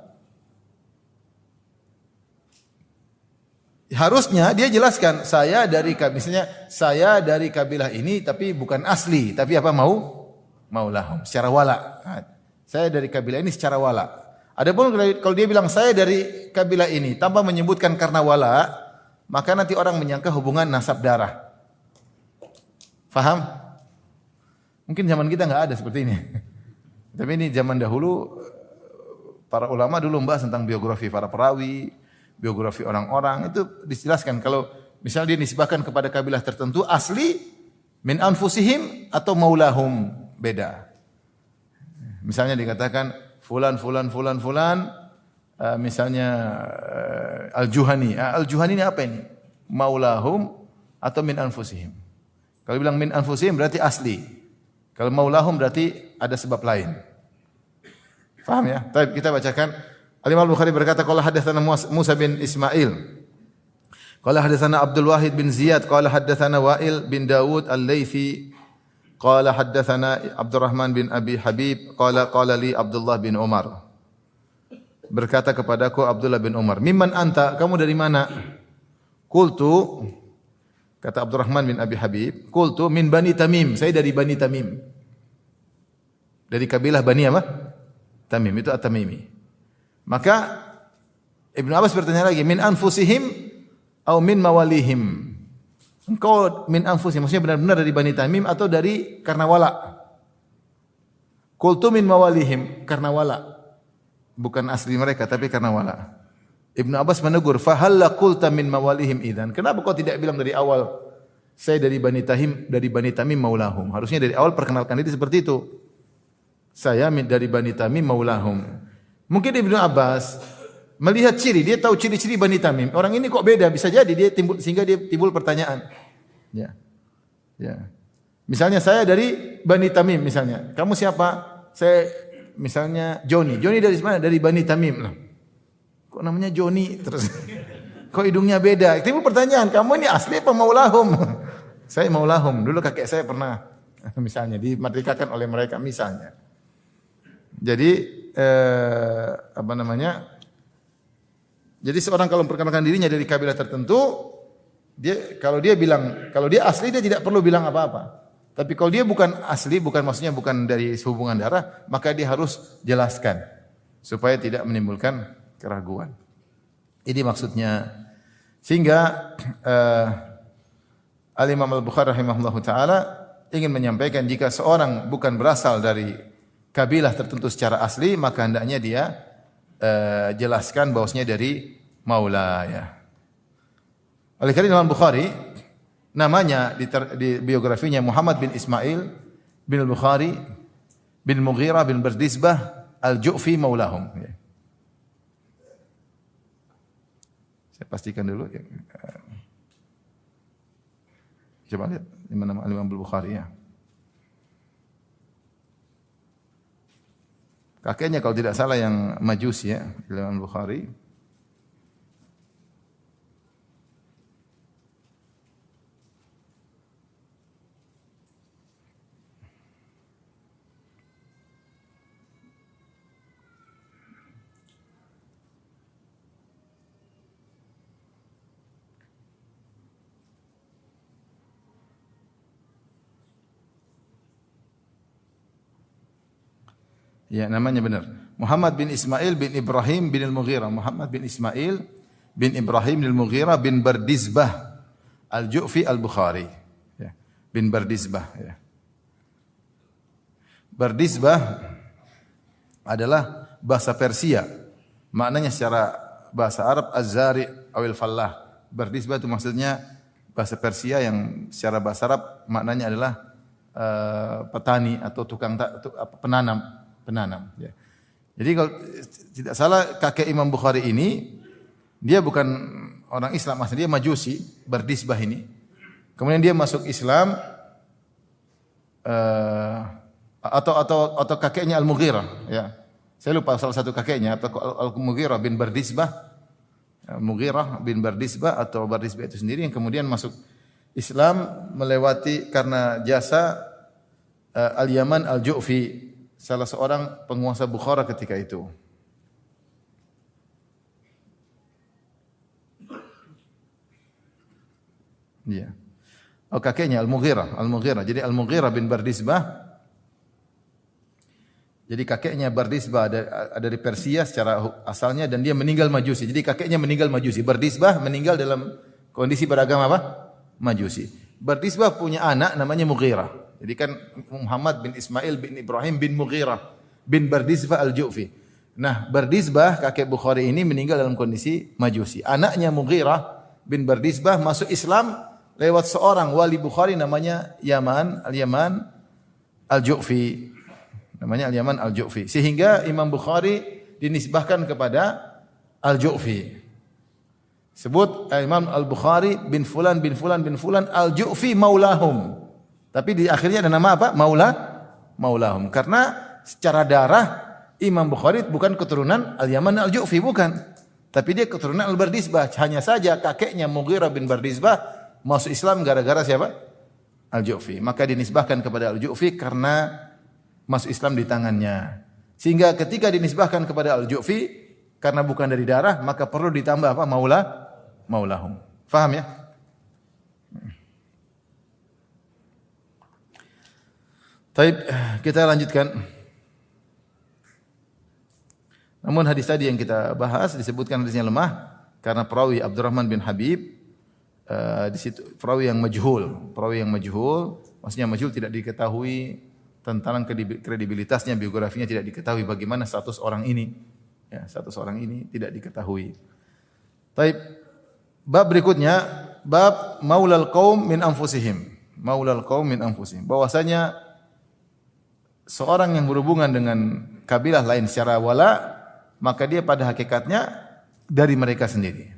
Harusnya dia jelaskan saya dari misalnya saya dari kabilah ini tapi bukan asli, tapi apa maulahum secara wala. Nah, saya dari kabilah ini secara wala. Adapun kalau dia bilang saya dari kabilah ini tanpa menyebutkan karena wala, maka nanti orang menyangka hubungan nasab darah. Faham? Mungkin zaman kita nggak ada seperti ini. Tapi ini zaman dahulu para ulama dulu membahas tentang biografi para perawi, biografi orang-orang itu dijelaskan kalau misalnya dia nisbahkan kepada kabilah tertentu asli min anfusihim atau maulahum beda. Misalnya dikatakan fulan misalnya Al-Juhani. Al-Juhani ini apa ini? Maulahum atau min anfusihim. Kalau bilang min anfusihim berarti asli. Kalau maulahum berarti ada sebab lain. Faham ya? Baik, kita bacakan. Al-Imam Al-Bukhari berkata, qala hadatsana Musa bin Ismail. Qala hadatsana Abdul Wahid bin Ziyad, qala hadatsana Wa'il bin Dawud Al-Laitsi, qala hadatsana Abdurrahman bin Abi Habib, qala li Abdullah bin Umar. Berkata kepadaku Abdullah bin Umar, "Mimman anta? Kamu dari mana?" Qultu, kata Abdurrahman bin Abi Habib, qultu min Bani Tamim, saya dari Bani Tamim. Dari kabilah Bani apa? Tamim, itu At-Tamimi. Maka Ibnu Abbas bertanya lagi, min anfusihim atau min mawalihim? Engkau min anfusihim, maksudnya benar-benar dari Bani Tamim atau dari karena wala? Qultu min mawalihim, karena wala. Bukan asli mereka tapi karena wala. Ibnu Abbas menegur, fa halla qulta min mawalihim idzan. Kenapa kau tidak bilang dari awal saya dari Bani Tamim maulahum? Harusnya dari awal perkenalkan diri seperti itu. Saya dari Bani Tamim maulahum. Mungkin Ibnu Abbas melihat ciri, dia tahu ciri-ciri Bani Tamim. Orang ini kok beda? Bisa jadi sehingga dia timbul pertanyaan. Ya. Ya. Misalnya saya dari Bani Tamim misalnya. Kamu siapa? Saya misalnya Joni. Joni dari mana? Dari Bani Tamim. Loh. Kok namanya Joni terus? Kok hidungnya beda? Timbul pertanyaan, kamu ini asli apa maulahum? Saya maulahum. Dulu kakek saya pernah misalnya dimerdekakan oleh mereka misalnya. Jadi apa namanya? Jadi seorang kalau memperkenalkan dirinya dari kabilah tertentu, kalau dia asli dia tidak perlu bilang apa-apa. Tapi kalau dia bukan asli, maksudnya bukan dari hubungan darah, maka dia harus jelaskan supaya tidak menimbulkan keraguan. Ini maksudnya. Sehingga Al-Imam Al-Bukhari rahimahullahu taala ingin menyampaikan jika seorang bukan berasal dari kabilah tertentu secara asli, maka hendaknya dia jelaskan bahwasanya dari maula ya. Oleh karena Imam Bukhari namanya di biografinya Muhammad bin Ismail bin Al-Bukhari bin Mughirah bin Bardizbah Al-Ju'fi maulahum ya. Saya pastikan dulu ya. Coba lihat di mana Imam Al-Bukhari ya. Kakeknya kalau tidak salah yang Majusi ya, Imam Al-Bukhari. Ya, namanya benar. Muhammad bin Ismail bin Ibrahim bin Al-Mughirah. Muhammad bin Ismail bin Ibrahim bin Al-Mughirah bin Bardizbah Al-Ju'fi Al-Bukhari. Ya, bin Bardizbah. Ya. Bardizbah adalah bahasa Persia. Maknanya secara bahasa Arab Az-Zari' awil Fallah. Bardizbah itu maksudnya bahasa Persia yang secara bahasa Arab maknanya adalah petani atau tukang penanam. Ya. Jadi kalau tidak salah kakek Imam Bukhari ini dia bukan orang Islam, maksudnya dia Majusi, Bardizbah ini. Kemudian dia masuk Islam atau kakeknya Al-Mughirah, ya. Saya lupa salah satu kakeknya atau Al-Mughirah bin Bardizbah. Mughirah bin Bardizbah atau Bardizbah itu sendiri yang kemudian masuk Islam melewati karena jasa Al-Yaman Al-Ju'fi, salah seorang penguasa Bukhara ketika itu. Iya. Oh, kakeknya Al-Mughirah. Jadi Al-Mughirah bin Bardizbah. Jadi kakeknya Bardizbah ada dari Persia secara asalnya dan dia meninggal Majusi. Jadi kakeknya meninggal Majusi. Bardizbah meninggal dalam kondisi beragama apa? Majusi. Bardizbah punya anak namanya Mughirah. Jadi kan Muhammad bin Ismail bin Ibrahim bin Mughirah bin Bardizbah Al-Ju'fi. Nah, Bardizbah kakek Bukhari ini meninggal dalam kondisi Majusi. Anaknya Mughirah bin Bardizbah masuk Islam lewat seorang wali Bukhari namanya Al-Yaman Al-Ju'fi. Namanya Al-Yaman Al-Ju'fi. Sehingga Imam Bukhari dinisbahkan kepada Al-Ju'fi. Sebut Imam Al-Bukhari bin Fulan Al-Ju'fi maulahum. Tapi di akhirnya ada nama apa? Maulahum. Karena secara darah Imam Bukhari bukan keturunan Al-Yaman Al-Ju'fi, bukan. Tapi dia keturunan Al-Bardizbah. Hanya saja kakeknya Mughirah bin Bardizbah masuk Islam gara-gara siapa? Al-Ju'fi. Maka dinisbahkan kepada Al-Ju'fi karena masuk Islam di tangannya. Sehingga ketika dinisbahkan kepada Al-Ju'fi karena bukan dari darah, maka perlu ditambah apa? Maulahum. Faham ya? Baik, kita lanjutkan. Namun hadis tadi yang kita bahas disebutkan hadisnya lemah karena perawi Abdurrahman bin Habib di situ perawi yang majhul, maksudnya majhul tidak diketahui tentang kredibilitasnya, biografinya tidak diketahui bagaimana status orang ini. Ya, status orang ini tidak diketahui. Baik. Bab berikutnya, bab maulal qaum min anfusihim. Bahwasanya seorang yang berhubungan dengan kabilah lain secara wala, maka dia pada hakikatnya dari mereka sendiri.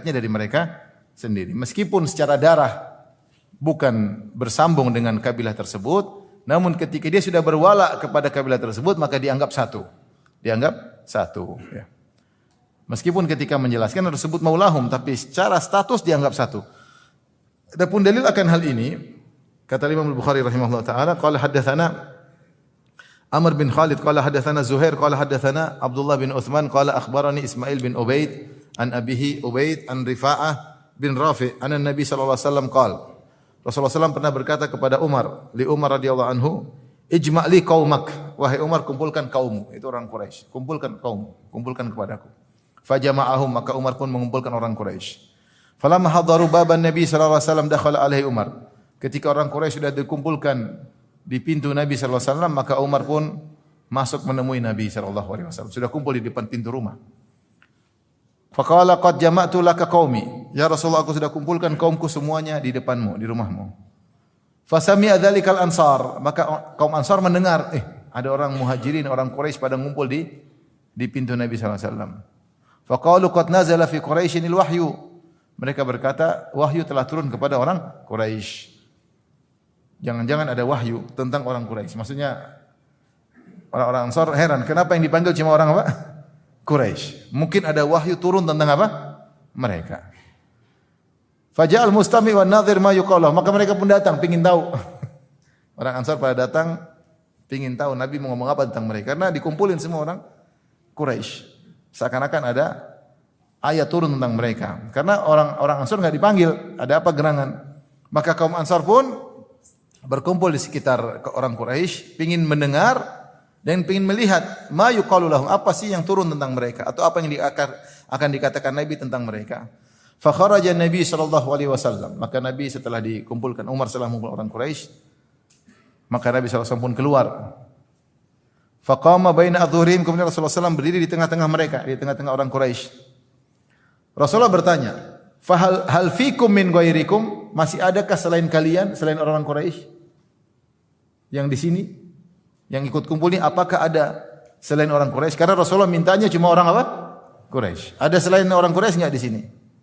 Meskipun secara darah bukan bersambung dengan kabilah tersebut, namun ketika dia sudah berwala kepada kabilah tersebut, maka dianggap satu. Ya. Meskipun ketika menjelaskan harus sebut maulahum, tapi secara status dianggap satu. Adapun dalil akan hal ini, kata Imam Al-Bukhari rahimahullah ta'ala, qala haddatsana Amr bin Khalid, qala haddatsana Zuhair, qala haddatsana Abdullah bin Uthman, qala akhbarani Ismail bin Ubaid, an abihi Ubaid, an Rifa'ah bin Rafi', an Nabi sallallahu alaihi wasallam qala, Rasulullah SAW pernah berkata kepada Umar radhiyallahu anhu, ijma'li qaumak, wahai Umar kumpulkan kaummu, itu orang Quraisy, kumpulkan kepadaku. Fajama'ahum, maka Umar pun mengumpulkan orang Quraisy. Falamma hadaru baban Nabi sallallahu alaihi wasallam dakhala alaihi Umar. Ketika orang Quraisy sudah dikumpulkan di pintu Nabi sallallahu alaihi wasallam, maka Umar pun masuk menemui Nabi sallallahu alaihi wasallam. Sudah kumpul di depan pintu rumah. Faqala qad jama'tu laka qaumi. Ya Rasulullah, aku sudah kumpulkan kaumku semuanya di depanmu, di rumahmu. Fasami'a dzalikal ansar, maka kaum Ansar mendengar, ada orang Muhajirin, orang Quraisy pada ngumpul di pintu Nabi sallallahu alaihi wasallam. Faqalu qad nazala fi Quraisynil wahyu. Mereka berkata, wahyu telah turun kepada orang Quraisy. Jangan-jangan ada wahyu tentang orang Quraisy. Maksudnya orang-orang Ansar heran, kenapa yang dipanggil cuma orang apa? Quraisy. Mungkin ada wahyu turun tentang apa? Mereka. Faja'al mustami' wan nadhir ma yuqalu. Maka mereka pun datang pengin tahu. Orang Ansar pada datang pengin tahu Nabi mau ngomong apa tentang mereka karena dikumpulin semua orang Quraisy. Seakan-akan ada ayat turun tentang mereka. Karena orang Ansar enggak dipanggil, ada apa gerangan. Maka kaum Ansar pun berkumpul di sekitar orang Quraisy pengin mendengar dan ingin melihat ma yuqalu lahum, apa sih yang turun tentang mereka atau apa yang akan dikatakan Nabi tentang mereka. Fa kharaja Nabi sallallahu alaihi wasallam, maka Nabi setelah dikumpulkan Umar setelah mengumpul orang Quraisy, maka Nabi sallallahu alaihi wasallam pun keluar. Fa qama baina adhurihim, kemudian Rasulullah sallallahu alaihi wasallam berdiri di tengah-tengah mereka, di tengah-tengah orang Quraisy. Rasulullah bertanya, "Fa hal fikum min ghairikum?" Masih adakah selain kalian, selain orang Quraisy yang di sini? Yang ikut kumpul ini apakah ada selain orang Quraisy? Karena Rasulullah mintanya cuma orang apa? Quraisy. Ada selain orang Quraisy enggak di sini?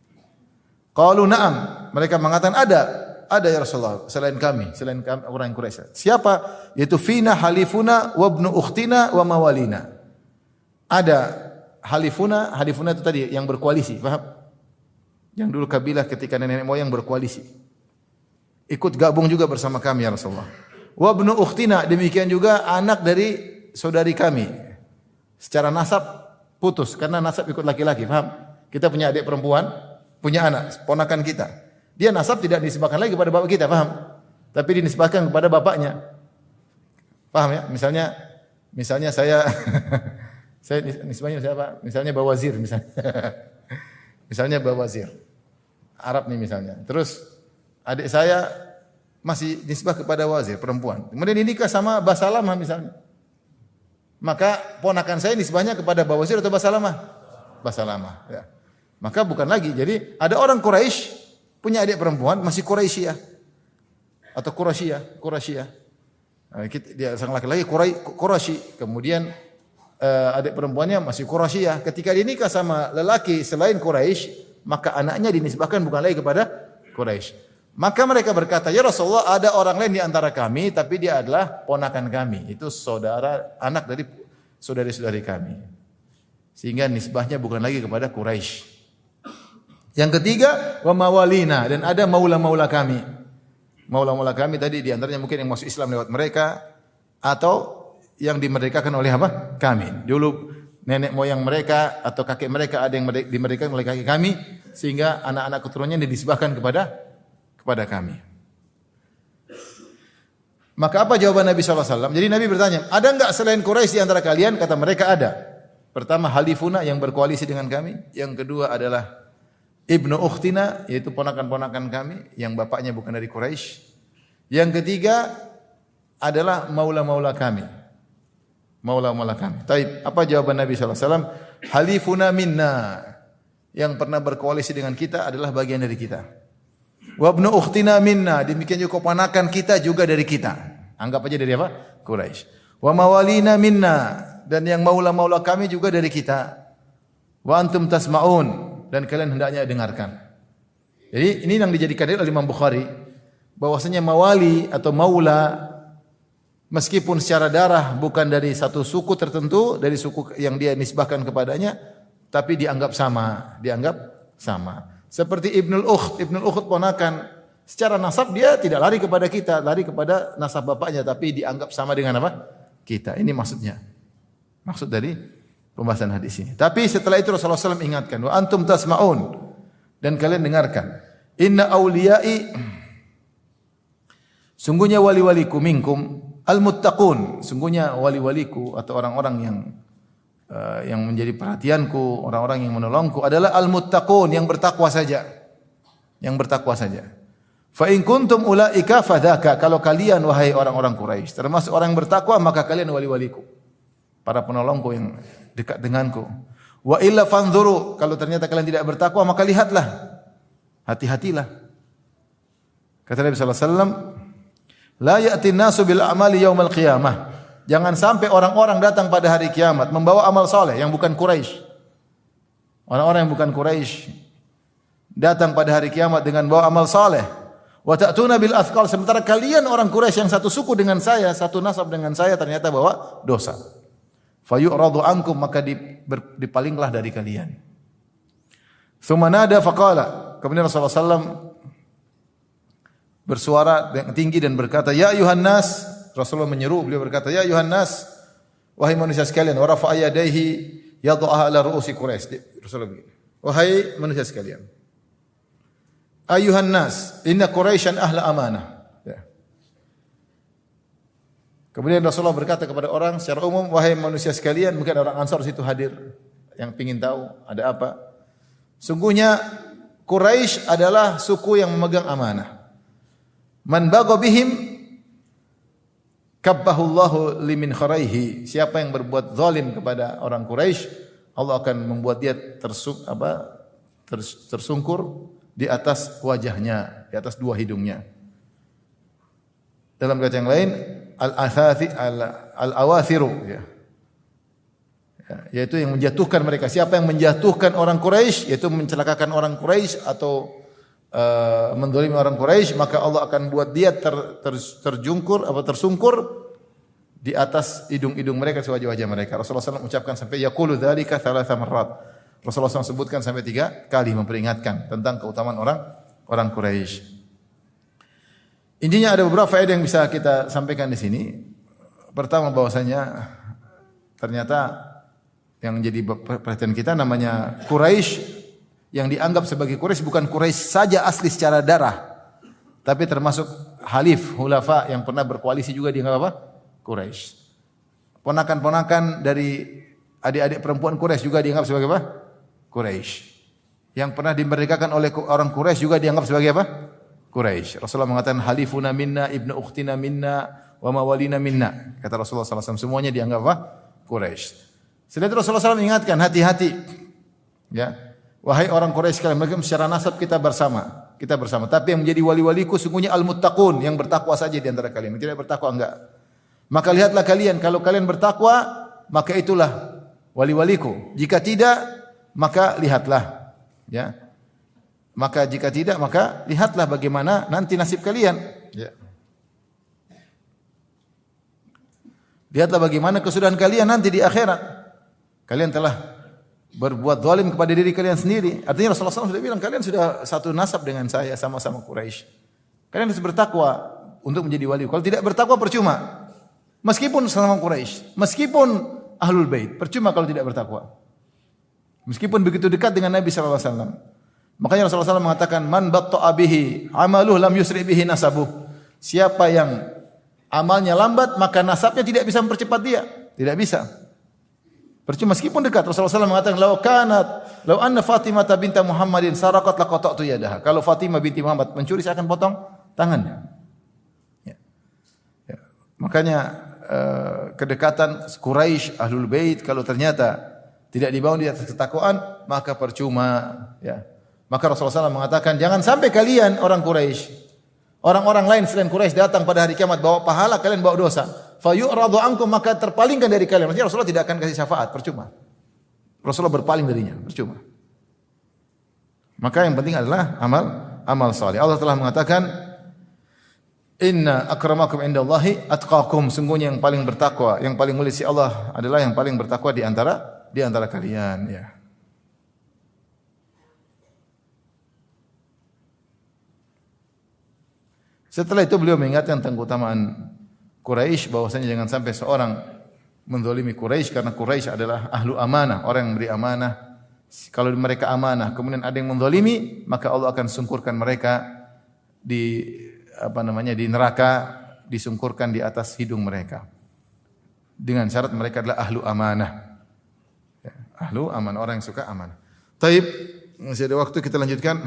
Qalu na'am. Mereka mengatakan ada ya Rasulullah, selain kami orang Quraisy. Siapa? Yaitu fina halifuna wa ibnu ukhtina wa mawalina. Ada halifuna itu tadi yang berkoalisi, paham? Yang dulu kabilah ketika nenek moyang berkoalisi. Ikut gabung juga bersama kami ya Rasulullah. Wa ibnu ukhtina, demikian juga anak dari saudari kami. Secara nasab putus karena nasab ikut laki-laki, paham? Kita punya adik perempuan, punya anak, ponakan kita. Dia nasab tidak dinisbahkan lagi kepada bapak kita, paham? Tapi dinisbahkan kepada bapaknya. Paham ya? Misalnya saya saya nisbahnya siapa? Misalnya Bawazir misalnya. Misalnya Bawazir. Arab nih misalnya. Terus adik saya masih nisbah kepada wazir perempuan. Kemudian dinikah sama Basalamah misalnya. Maka ponakan saya nisbahnya kepada Bawazir atau Basalamah? Basalamah, ya. Maka bukan lagi. Jadi ada orang Quraisy punya adik perempuan masih Quraisyah atau Quraisyah. Nah, dia sang laki-laki Quraisy, kemudian adik perempuannya masih Quraisyah. Ketika dia nikah sama lelaki selain Quraisy, maka anaknya dinisbahkan bukan lagi kepada Quraisy. Maka mereka berkata, "Ya Rasulullah, ada orang lain di antara kami, tapi dia adalah ponakan kami. Itu anak dari saudari-saudari kami." Sehingga nisbahnya bukan lagi kepada Quraisy. Yang ketiga, wa mawalina, dan ada maula-maula kami. Maula-maula kami tadi di antaranya mungkin yang masuk Islam lewat mereka atau yang dimerdekakan oleh apa? Kami. Dulu nenek moyang mereka atau kakek mereka ada yang dimerdekakan oleh kakek kami, sehingga anak-anak keturunannya dinisbahkan kepada kami. Maka apa jawaban Nabi SAW? Jadi Nabi bertanya, ada enggak selain Quraisy di antara kalian? Kata mereka ada. Pertama halifuna yang berkoalisi dengan kami. Yang kedua adalah ibnu ukhtina, yaitu ponakan-ponakan kami yang bapaknya bukan dari Quraisy. Yang ketiga adalah maula-maula kami. Maula-maula kami. Taib, apa jawaban Nabi SAW? Halifuna minna, yang pernah berkoalisi dengan kita adalah bagian dari kita. Wa ibnu ukhtina minna, demikian juga ponakan kita juga dari kita. Anggap aja dari apa? Quraisy. Wa mawalina minna, dan yang maula-maula kami juga dari kita. Wa antum tasma'un, dan kalian hendaknya dengarkan. Jadi ini yang dijadikan oleh Imam Bukhari, bahwasanya mawali atau maula meskipun secara darah bukan dari satu suku tertentu, dari suku yang dia nisbahkan kepadanya, tapi dianggap sama. Seperti Ibnul Ukht ponakan. Secara nasab dia tidak lari kepada kita, lari kepada nasab bapaknya, tapi dianggap sama dengan apa? Kita. Ini maksudnya. Maksud dari pembahasan hadis ini. Tapi setelah itu Rasulullah SAW ingatkan, wa antum tasma'un, dan kalian dengarkan. Inna awliyai, sungguhnya wali-waliku minkum al-muttaqun, sungguhnya wali-waliku atau orang-orang yang menjadi perhatianku, orang-orang yang menolongku adalah al-muttaqun, yang bertakwa saja. Yang bertakwa saja. Fa in kuntum ulaika fadzaka, kalau kalian wahai orang-orang Quraisy termasuk orang yang bertakwa, maka kalian wali-waliku, para penolongku yang dekat denganku. Wa illa fanzuru, kalau ternyata kalian tidak bertakwa, maka lihatlah, hati-hatilah. Kata Nabi sallallahu alaihi wasallam, la ya'ti an-nasu bil a'mali yaumal qiyamah. Jangan sampai orang-orang datang pada hari kiamat membawa amal saleh yang bukan Quraisy. Orang-orang yang bukan Quraisy datang pada hari kiamat dengan bawa amal saleh. Wa ta'tuna bil athqal, sementara kalian orang Quraisy yang satu suku dengan saya, satu nasab dengan saya, ternyata bawa dosa. Fayu'radu ankum, maka dipalinglah dari kalian. Tsumma nada faqala, kemudian Rasulullah SAW bersuara tinggi dan berkata, ya ayuhan nas. Rasulullah menyeru, beliau berkata, ya ayuhan nas, wahai manusia sekalian, wa rafa'a yadayhi yadha'aha ala ru'usi Quraisy. Rasulullah begini, wahai manusia sekalian, ayuhan nas, inna Quraisyan ahla amanah. Ya. Kemudian Rasulullah berkata kepada orang secara umum, wahai manusia sekalian, mungkin orang Ansar situ hadir yang ingin tahu ada apa. Sungguhnya Quraisy adalah suku yang memegang amanah. Man bagha bihim kabbahullahu limin kharaihi. Siapa yang berbuat zalim kepada orang Quraisy, Allah akan membuat dia tersungkur di atas wajahnya, di atas dua hidungnya. Dalam kata yang lain, al-awathiru, ya. Yaitu yang menjatuhkan mereka. Siapa yang menjatuhkan orang Quraisy, yaitu mencelakakan orang Quraisy atau mendolimi orang Quraisy, maka Allah akan buat dia tersungkur di atas hidung-hidung mereka, wajah-wajah mereka. Rasulullah SAW ucapkan sampai yaqulu dzalika thalatha marrat. Rasulullah SAW sebutkan sampai 3 kali memperingatkan tentang keutamaan orang Quraisy. Intinya ada beberapa faedah yang bisa kita sampaikan di sini. Pertama, bahwasanya ternyata yang jadi perhatian kita namanya Quraisy, yang dianggap sebagai Quraisy bukan Quraisy saja asli secara darah, tapi termasuk halif, hulafa yang pernah berkoalisi juga dianggap apa? Quraisy. Ponakan-ponakan dari adik-adik perempuan Quraisy juga dianggap sebagai apa? Quraisy. Yang pernah dimerdekakan oleh orang Quraisy juga dianggap sebagai apa? Quraisy. Rasulullah mengatakan halifuna minna, ibnu ukhtina minna, wa mawalina minna. Kata Rasulullah SAW, semuanya dianggap apa? Quraisy. Setelah itu Rasulullah SAW mengingatkan, hati-hati. Ya. Wahai orang Quraisy sekalian, mereka secara nasab kita bersama. Tapi yang menjadi wali-waliku sungguhnya al-muttaqun, yang bertakwa saja di antara kalian. Yang tidak bertakwa enggak. Maka lihatlah kalian, kalau kalian bertakwa, maka itulah wali-waliku. Jika tidak, maka lihatlah. Ya. Maka jika tidak, maka lihatlah bagaimana nanti nasib kalian. Ya. Lihatlah bagaimana kesudahan kalian nanti di akhirat. Kalian telah berbuat zalim kepada diri kalian sendiri. Artinya Rasulullah SAW sudah bilang, kalian sudah satu nasab dengan saya, sama-sama Quraisy. Kalian harus bertakwa untuk menjadi wali. Kalau tidak bertakwa percuma. Meskipun sama Quraisy, meskipun Ahlul Bait, percuma kalau tidak bertakwa. Meskipun begitu dekat dengan Nabi SAW. Makanya Rasulullah SAW mengatakan, man batta'a bihi amaluh lam yusri bihi nasabuh. Siapa yang amalnya lambat, maka nasabnya tidak bisa mempercepat dia. Tidak bisa. Percuma meskipun dekat. Rasulullah SAW mengatakan, "Lau anna Fatimah binta Muhammadin saraqat laqata'tu yadaha." Kalau Fatimah binti Muhammad mencuri, saya akan potong tangannya. Ya. Ya. Makanya kedekatan Quraisy, Ahlul Bait, kalau ternyata tidak dibangun di atas ketakwaan, maka percuma. Ya. Maka Rasulullah SAW mengatakan, jangan sampai kalian orang Quraisy, orang-orang lain selain Quraisy datang pada hari kiamat bawa pahala, kalian bawa dosa. Fayu'radu ankum, maka terpalingkan dari kalian. Maksudnya Rasulullah tidak akan kasih syafaat, percuma. Rasulullah berpaling darinya, percuma. Maka yang penting adalah amal saleh. Allah telah mengatakan, inna akramakum indallahi atqakum. Sungguhnya yang paling bertakwa, yang paling mulia si Allah adalah yang paling bertakwa di antara kalian, ya. Setelah itu beliau mengingatkan tentang keutamaan Quraisy, bahwasanya jangan sampai seorang menzalimi Quraisy, karena Quraisy adalah ahlu amanah, orang yang beri amanah. Kalau mereka amanah, kemudian ada yang menzalimi, maka Allah akan sungkurkan mereka di neraka, disungkurkan di atas hidung mereka. Dengan syarat mereka adalah ahlu amanah. Ya, ahlu amanah, orang yang suka amanah. Taib, masih ada waktu, kita lanjutkan.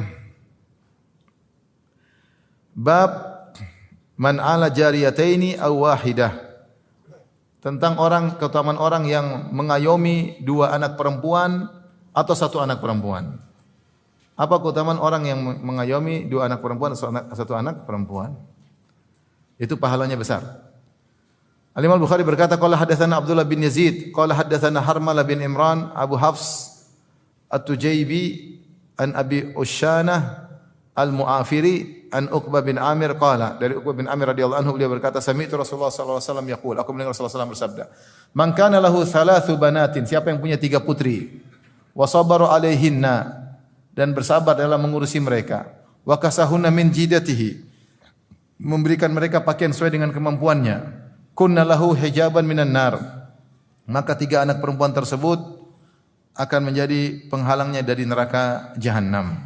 Bab man ala jariyataini aw wahidah. Tentang keutamaan orang yang mengayomi 2 anak perempuan atau 1 anak perempuan. Apa keutamaan orang yang mengayomi 2 anak perempuan atau 1 anak perempuan? Itu pahalanya besar. Al-Imam Al-Bukhari berkata, qala hadatsana Abdullah bin Yazid, qala hadatsana Harmalah bin Imran, Abu Hafs At-Tujaibi an Abi Usyanah Al-Mu'afiri an Uqbah bin Amir qala, dari Uqbah bin Amir radhiyallahu anhu, beliau berkata, sami'tu Rasulullah sallallahu alaihi wasallam yaqul, aku mendengar Rasulullah sallallahu alaihi wasallam bersabda, man kana lahu 3 banatin, siapa yang punya 3 putri, wa sabara alaihinna, dan bersabar dalam mengurusi mereka, wa kasahunna min jidatihi, memberikan mereka pakaian sesuai dengan kemampuannya, kunna lahu hijaban minan nar, maka 3 anak perempuan tersebut akan menjadi penghalangnya dari neraka jahanam.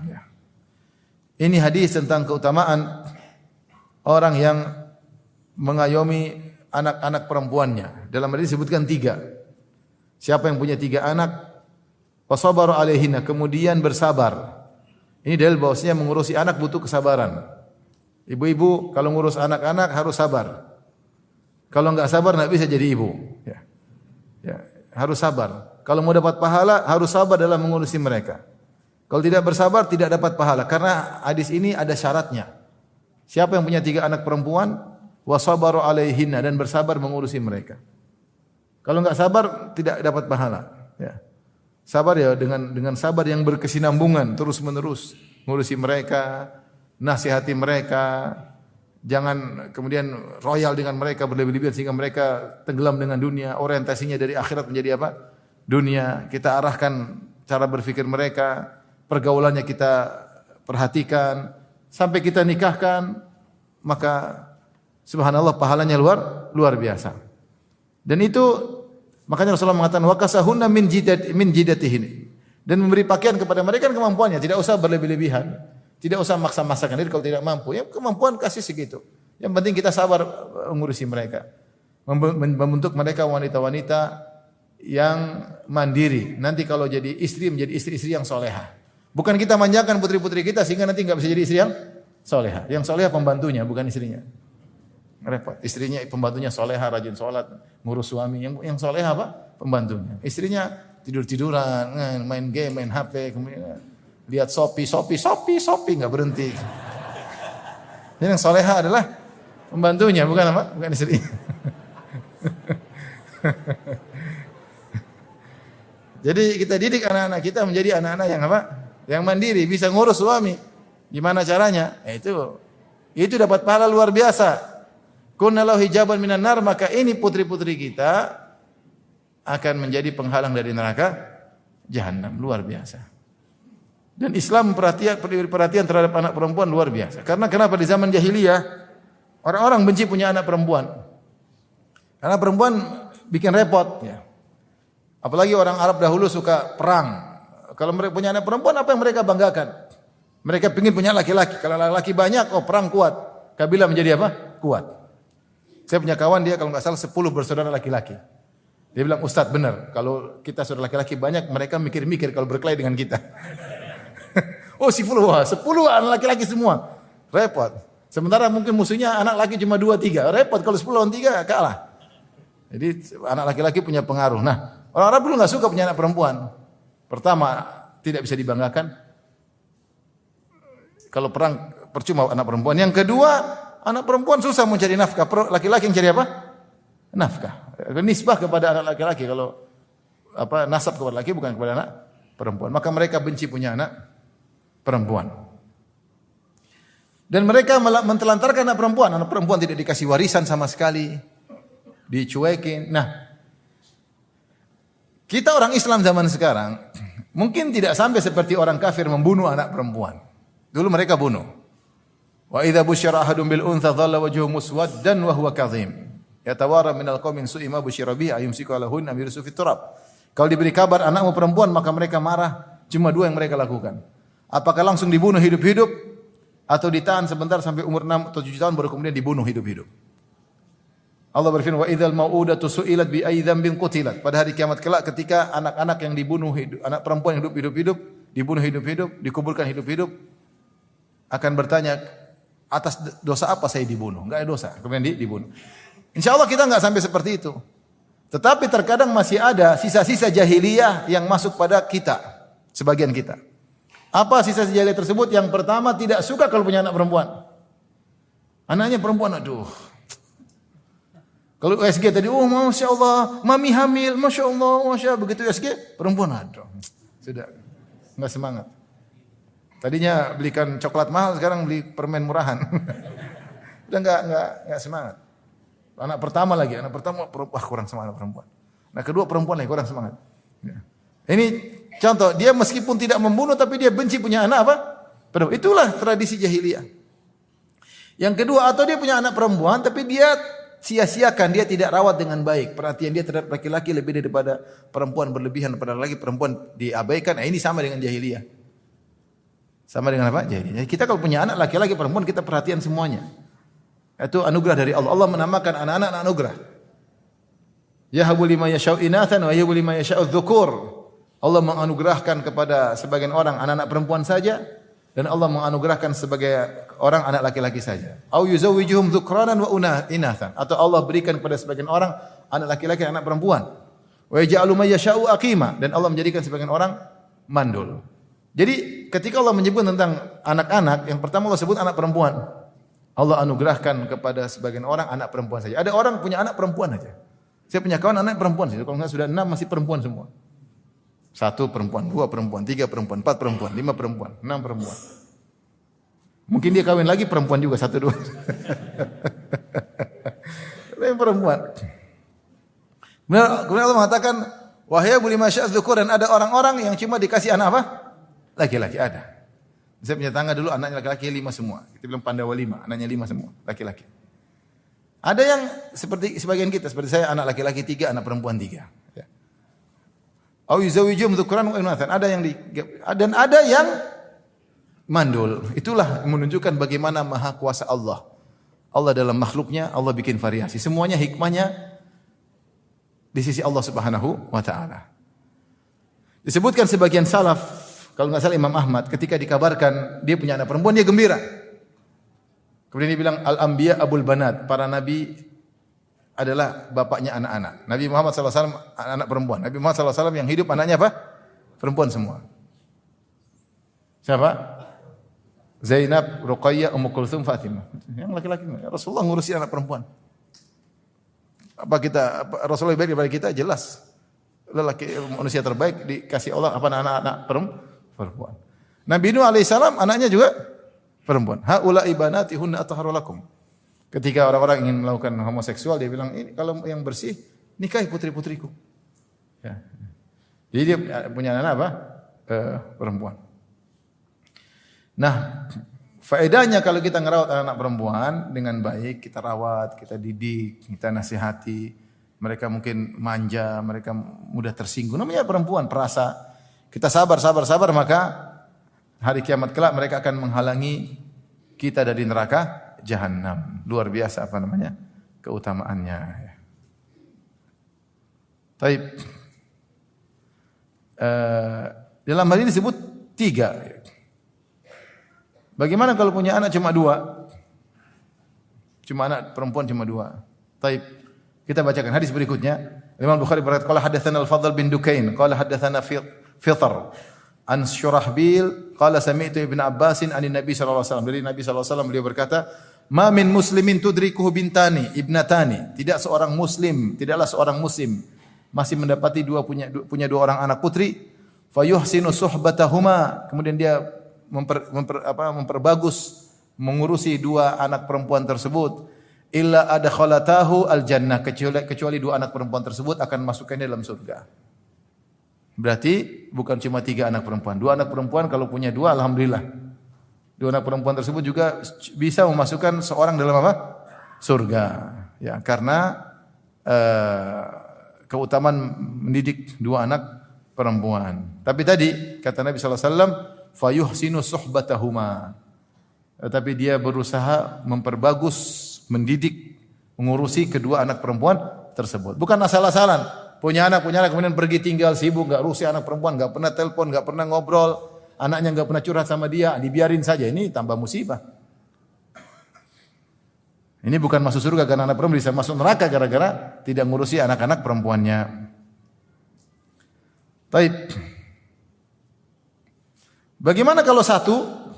Ini hadis tentang keutamaan orang yang mengayomi anak-anak perempuannya. Dalam hadis disebutkan 3. Siapa yang punya 3 anak, wasabaru alaihinna, kemudian bersabar. Ini dalil bahwasanya mengurusi anak butuh kesabaran. Ibu-ibu kalau ngurus anak-anak harus sabar. Kalau enggak sabar enggak bisa jadi ibu. Ya, harus sabar. Kalau mau dapat pahala harus sabar dalam mengurusi mereka. Kalau tidak bersabar tidak dapat pahala karena hadis ini ada syaratnya. Siapa yang punya 3 anak perempuan, wasabaru alaihinna, dan bersabar mengurusi mereka. Kalau enggak sabar tidak dapat pahala. Ya. Sabar ya dengan sabar yang berkesinambungan terus-menerus ngurusi mereka, nasihati mereka, jangan kemudian royal dengan mereka berlebih-lebihan sehingga mereka tenggelam dengan dunia, orientasinya dari akhirat menjadi apa? Dunia. Kita arahkan cara berpikir mereka, pergaulannya kita perhatikan sampai kita nikahkan, maka subhanallah pahalanya luar biasa. Dan itu makanya Rasulullah mengatakan wakasahunna min jidatihin, dan memberi pakaian kepada mereka kemampuannya, tidak usah berlebih-lebihan, tidak usah maksa-maksakan diri kalau tidak mampu. Ya kemampuan kasih segitu. Yang penting kita sabar mengurusi mereka. Membentuk mereka wanita-wanita yang mandiri. Nanti kalau jadi istri menjadi istri-istri yang soleha. Bukan kita manjakan putri-putri kita sehingga nanti enggak bisa jadi istri yang soleha. Yang soleha pembantunya bukan istrinya. Repot. Istrinya pembantunya soleha, rajin sholat, ngurus suami. Yang soleha apa? Pembantunya. Istrinya tidur-tiduran, main game, main HP, kemudian lihat Shopee, nggak berhenti. Jadi yang soleha adalah pembantunya, bukan apa? Bukan istrinya. Jadi kita didik anak-anak kita menjadi anak-anak yang apa? Yang mandiri, bisa ngurus suami. Gimana caranya? Itu dapat pahala luar biasa. Kunna lahu hijaban minan nar, maka ini putri-putri kita akan menjadi penghalang dari neraka jahanam, luar biasa. Dan Islam perhatian terhadap anak perempuan luar biasa. Karena kenapa di zaman jahiliyah orang-orang benci punya anak perempuan. Karena perempuan bikin repot ya. Apalagi orang Arab dahulu suka perang. Kalau mereka punya anak perempuan apa yang mereka banggakan? Mereka ingin punya laki-laki. Kalau laki banyak, perang kuat. Kabilah menjadi apa? Kuat. Saya punya kawan dia kalau enggak salah 10 bersaudara laki-laki. Dia bilang, "Ustaz benar, kalau kita saudara laki-laki banyak, mereka mikir-mikir kalau berkelahi dengan kita." Oh, 10 anak laki-laki semua. Repot. Sementara mungkin musuhnya anak laki cuma 2-3. Repot kalau 10 lawan 3 kalah. Jadi anak laki-laki punya pengaruh. Nah, orang Arab dulu enggak suka punya anak perempuan. Pertama, tidak bisa dibanggakan. Kalau perang percuma anak perempuan. Yang kedua, anak perempuan susah mencari nafkah. Laki-laki yang cari apa? Nafkah. Nisbah kepada anak laki-laki. Kalau nasab kepada laki bukan kepada anak perempuan. Maka mereka benci punya anak perempuan. Dan mereka mentelantarkan anak perempuan. Anak perempuan tidak dikasih warisan sama sekali. Dicuekin. Nah, kita orang Islam zaman sekarang mungkin tidak sampai seperti orang kafir membunuh anak perempuan. Dulu mereka bunuh. Wa idza busyira ahadun bil untha dhalla wajhuhu muswaddan wa huwa kadhim. Yatawara minal qaumin su'i ma busyira bihi ayumsiku ala hun am yursu fit turab. Kalau diberi kabar anakmu perempuan maka mereka marah. Cuma 2 yang mereka lakukan. Apakah langsung dibunuh hidup-hidup atau ditahan sebentar sampai umur 6 atau 7 tahun baru kemudian dibunuh hidup-hidup. Allah berfirman wa idzal mau'udatu su'ilat bi ayyi dzambin qutilat. Pada hari kiamat kelak ketika anak-anak yang dibunuh anak perempuan yang hidup-hidup dibunuh hidup-hidup, dikuburkan hidup-hidup akan bertanya atas dosa apa saya dibunuh? Enggak ada dosa. Kemudian dibunuh. Insyaallah kita enggak sampai seperti itu. Tetapi terkadang masih ada sisa-sisa jahiliyah yang masuk pada kita, sebagian kita. Apa sisa jahiliyah tersebut? Yang pertama tidak suka kalau punya anak perempuan. Anaknya perempuan, aduh. Kalau USG tadi, oh Masya Allah, mami hamil, Masya Allah, Masya Allah. Begitu USG, perempuan, aduh. Sudah, enggak semangat. Tadinya belikan coklat mahal, sekarang beli permen murahan. Udah enggak semangat. Anak pertama kurang semangat perempuan. Nah kedua perempuan lagi kurang semangat. Ya. Ini contoh, dia meskipun tidak membunuh tapi dia benci punya anak apa? Itulah tradisi jahiliyah. Yang kedua, atau dia punya anak perempuan tapi dia sia-siakan, dia tidak rawat dengan baik. Perhatian dia terhadap laki-laki lebih daripada perempuan, berlebihan pada laki, perempuan diabaikan. Nah, ini sama dengan jahiliyah. Sama dengan apa? Jadi kita kalau punya anak laki-laki perempuan kita perhatian semuanya. Itu anugerah dari Allah. Allah menamakan anak-anak anugerah. Yahabu liman yasha'u inathan wa yahabu liman yasha'u dzukur. Allah menganugerahkan kepada sebagian orang anak-anak perempuan saja dan Allah menganugerahkan sebagai orang anak laki-laki saja. Au yuzawwijuhum dzukranan wa inathan. Atau Allah berikan kepada sebagian orang anak laki-laki dan anak perempuan. Wa yaj'alu may yasha'u aqima, dan Allah menjadikan sebagian orang mandul. Jadi ketika Allah menyebut tentang anak-anak, yang pertama Allah sebut anak perempuan. Allah anugerahkan kepada sebagian orang anak perempuan saja. Ada orang punya anak perempuan saja. Saya punya kawan anak perempuan saja. Kalau enggak sudah 6 masih perempuan semua. 1 perempuan, 2 perempuan, 3 perempuan, 4 perempuan, 5 perempuan, 6 perempuan. Mungkin dia kawin lagi perempuan juga 1 2. Lain perempuan. Kemudian Allah mengatakan, wahai buli masya'az dzukur, dan ada orang-orang yang cuma dikasih anak apa? Laki-laki ada. Saya punya tangga dulu anaknya laki-laki 5 semua. Kita bilang Pandawa 5, anaknya 5 semua, laki-laki. Ada yang seperti sebagian kita, seperti saya anak laki-laki 3, anak perempuan 3. Ya. Au yuzawijum dzukran wa inathan. Dan ada yang mandul. Itulah menunjukkan bagaimana maha kuasa Allah. Allah dalam makhluknya, Allah bikin variasi. Semuanya hikmahnya di sisi Allah Subhanahu wa taala. Disebutkan sebagian salaf, kalau enggak salah Imam Ahmad, ketika dikabarkan dia punya anak perempuan, dia gembira. Kemudian dia bilang al-anbiya abul banat, para nabi adalah bapaknya anak-anak. Nabi Muhammad SAW anak perempuan. Nabi Muhammad SAW yang hidup anaknya apa? Perempuan semua. Siapa? Zainab, Ruqayyah, Ummu Kulthum, Fatimah. Yang laki-laki. Rasulullah ngurusi anak perempuan. Rasulullah baik daripada kita? Jelas. Lelaki manusia terbaik dikasih Allah apa anak-anak perempuan. Nabi Nuh alaihissalam anaknya juga perempuan. Haula'i banati hunna atharu lakum. Ketika orang-orang ingin melakukan homoseksual, dia bilang, ini kalau yang bersih nikahi putri-putriku. Ya. Jadi dia punya anak apa? Perempuan. Nah, faedahnya kalau kita ngerawat anak-anak perempuan dengan baik, kita rawat, kita didik, kita nasihati, mereka mungkin manja, mereka mudah tersinggung. Namanya perempuan, perasa. Kita sabar, maka hari kiamat kelak mereka akan menghalangi kita dari neraka Jahannam. Luar biasa keutamaannya. Taib. Dalam hal ini disebut 3. Bagaimana kalau punya anak cuma 2? Cuma anak perempuan cuma 2. Taib. Kita bacakan hadis berikutnya. Imam Bukhari berkata, qala hadatsana Al-Fadl bin Dukain, qala hadatsana Fitr an Syurahbil, qala sami'tu Ibnu Abbasin anin Nabi sallallahu alaihi wasallam. Dari Nabi sallallahu alaihi wasallam beliau berkata, "Ma min muslimin tudrikuhu bintani ibnatani." Tidaklah seorang muslim masih mendapati punya 2 orang anak putri, fayuhsinu suhbatahuma, kemudian dia memperbagus mengurusi 2 anak perempuan tersebut, illa adkhalatahu al-jannah, kecuali 2 anak perempuan tersebut akan masukkannya dalam surga. Berarti bukan cuma 3 anak perempuan. 2 anak perempuan kalau punya 2, alhamdulillah. 2 anak perempuan tersebut juga bisa memasukkan seorang dalam apa? Surga. Ya, karena keutamaan mendidik 2 anak perempuan. Tapi tadi kata Nabi sallallahu alaihi wasallam, fayuhsinu suhbatahuma. Tapi dia berusaha memperbagus, mendidik, mengurusi kedua anak perempuan tersebut. Bukan asal-asalan. Punya anak kemudian pergi tinggal sibuk, enggak urusi anak perempuan, enggak pernah telepon, enggak pernah ngobrol, anaknya enggak pernah curhat sama dia, dibiarin saja. Ini tambah musibah. Ini bukan masuk surga karena anak perempuan, bisa masuk neraka gara-gara tidak ngurusi anak-anak perempuannya. Baik. Bagaimana kalau 1?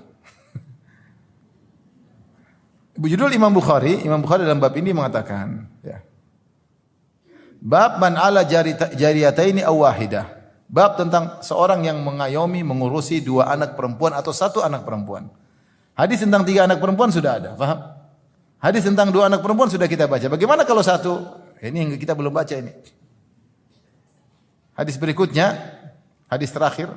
Judul Imam Bukhari dalam bab ini mengatakan, ya. Bab man ala jariyataini aw wahidah. Bab tentang seorang yang mengayomi, mengurusi 2 anak perempuan atau 1 anak perempuan. Hadis tentang 3 anak perempuan sudah ada, paham? Hadis tentang 2 anak perempuan sudah kita baca. Bagaimana kalau 1? Ini yang kita belum baca ini. Hadis berikutnya, hadis terakhir.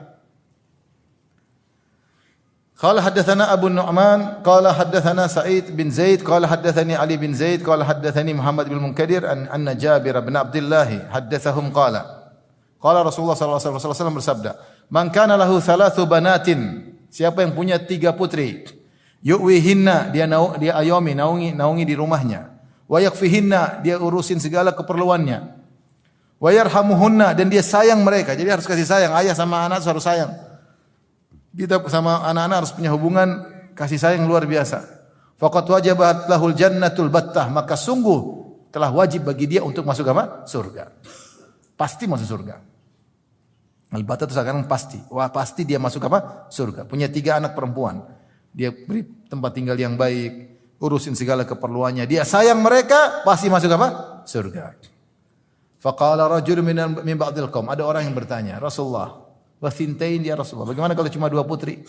Qala haddatsana Abu Nu'man qala haddatsana Sa'id bin Zaid qala haddatsani Ali bin Zaid qala haddatsani Muhammad bin Munkadir anna Jabir bin Abdullah haddatsahum qala Rasulullah sallallahu alaihi wasallam bersabda, "Man kana lahu 3 banatin," siapa yang punya 3 putri, Yu'wihinna, dia ayomi, naungi di rumahnya. Wa yakfihinna, dia urusin segala keperluannya. Wa yarhamuhunna, dan dia sayang mereka. Jadi harus kasih sayang, ayah sama anak harus sayang. Kita sama anak-anak harus punya hubungan kasih sayang luar biasa. Faqad wajabat lahul jannatul battah, maka sungguh telah wajib bagi dia untuk masuk apa? Surga. Pasti masuk surga. Al-battah itu sekarang pasti. Wah, pasti dia masuk apa? Surga. Punya 3 anak perempuan. Dia beri tempat tinggal yang baik, urusin segala keperluannya. Dia sayang mereka, pasti masuk apa? Surga. Faqala rajul min ba'dil qaum. Ada orang yang bertanya, Rasulullah, wa thintain ya Rasulullah. Bagaimana kalau cuma 2 putri?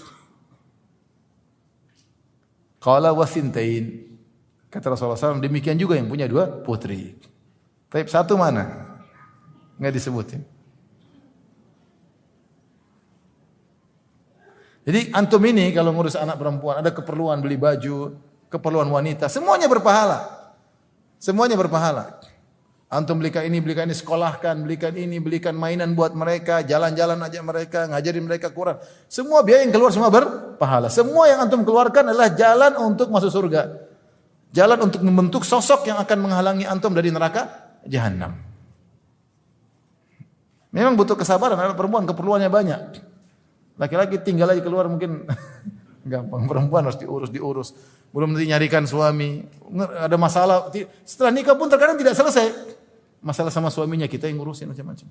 Qala wa thintain. Kata Rasulullah SAW, demikian juga yang punya 2 putri. Tapi satu mana? Enggak disebutin. Jadi antum ini kalau ngurus anak perempuan, ada keperluan beli baju, keperluan wanita, semuanya berpahala. Semuanya berpahala. Antum belikan ini, sekolahkan, belikan mainan buat mereka, jalan-jalan aja mereka, ngajarin mereka Quran. Semua biaya yang keluar semua berpahala. Semua yang antum keluarkan adalah jalan untuk masuk surga. Jalan untuk membentuk sosok yang akan menghalangi antum dari neraka jahanam. Memang butuh kesabaran, anak perempuan keperluannya banyak. Laki-laki tinggal aja keluar mungkin gampang. Perempuan harus diurus. Belum nanti nyarikan suami. Ada masalah. Setelah nikah pun terkadang tidak selesai. Masalah sama suaminya kita yang ngurusin macam-macam.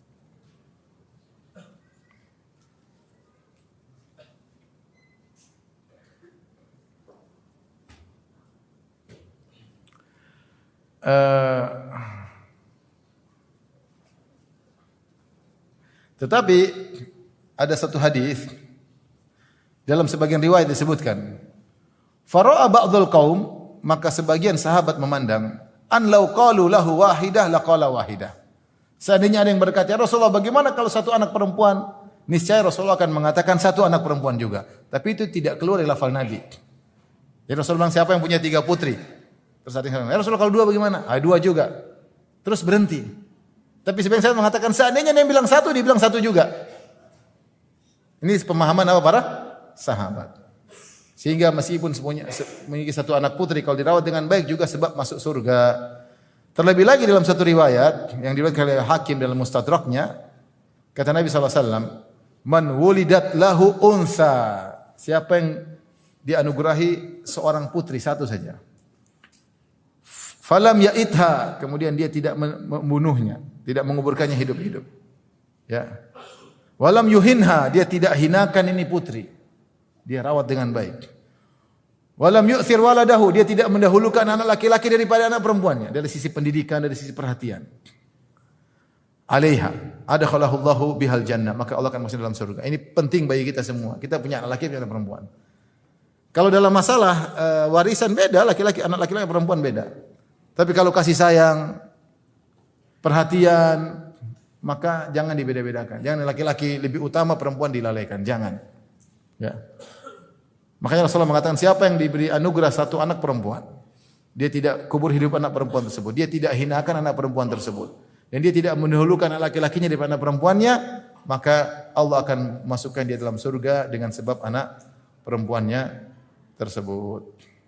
Tetapi ada satu hadis dalam sebagian riwayat disebutkan, fara'a ba'dul qaum, maka sebagian sahabat memandang, an law qalu lahu wahidah laqala wahidah. Seandainya ada yang berkata, ya Rasulullah, bagaimana kalau satu anak perempuan? Niscaya Rasulullah akan mengatakan satu anak perempuan juga. Tapi itu tidak keluar dari lafal Nabi. Jadi Rasulullah bilang, siapa yang punya 3 putri? Terus ada yang bilang, ya Rasulullah kalau 2 bagaimana? 2 juga. Terus berhenti. Tapi sebagian sahabat mengatakan, seandainya dia bilang 1, dia bilang 1 juga. Ini pemahaman apa para sahabat. Sehingga meskipun memiliki 1 anak putri, kalau dirawat dengan baik juga sebab masuk surga. Terlebih lagi dalam satu riwayat yang diriwayatkan oleh Hakim dalam Mustadraknya, kata Nabi SAW, man wulidat lahu unsa, siapa yang dianugerahi seorang putri 1 saja, falam ya'itha, kemudian dia tidak membunuhnya, tidak menguburkannya hidup-hidup, ya. Walam yuhinha, dia tidak hinakan ini putri. Dia rawat dengan baik. Walam yu'thir waladahu, dia tidak mendahulukan anak laki-laki daripada anak perempuannya dari sisi pendidikan, dari sisi perhatian. Alaiha adkhalahu Allahu bihal jannah, maka Allah akan masuk dalam surga. Ini penting bagi kita semua. Kita punya anak laki, punya anak perempuan. Kalau dalam masalah warisan beda, laki-laki, anak laki-laki, perempuan beda. Tapi kalau kasih sayang, perhatian, maka jangan dibeda-bedakan. Jangan laki-laki lebih utama, perempuan dilalaikan. Jangan. Ya. Makanya Rasulullah mengatakan, siapa yang diberi anugerah 1 anak perempuan, dia tidak kubur hidup anak perempuan tersebut. Dia tidak hinakan anak perempuan tersebut. Dan dia tidak mendahulukan anak laki-lakinya daripada anak perempuannya, maka Allah akan masukkan dia dalam surga dengan sebab anak perempuannya tersebut.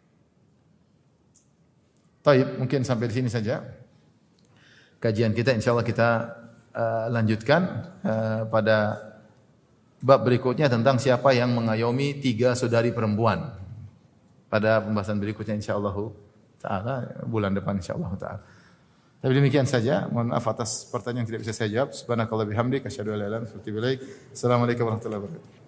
Baik, mungkin sampai di sini saja kajian kita. Insyaallah kita lanjutkan pada bab berikutnya tentang siapa yang mengayomi 3 saudari perempuan. Pada pembahasan berikutnya insyaallah taala bulan depan insyaallah taala. Tapi demikian saja. Mohon maaf atas pertanyaan yang tidak bisa saya jawab. Subhanakallah bihamdik asyhadu an la ilaha illa anta astaghfiruka wa atubu ilaik. Assalamualaikum warahmatullahi wabarakatuh.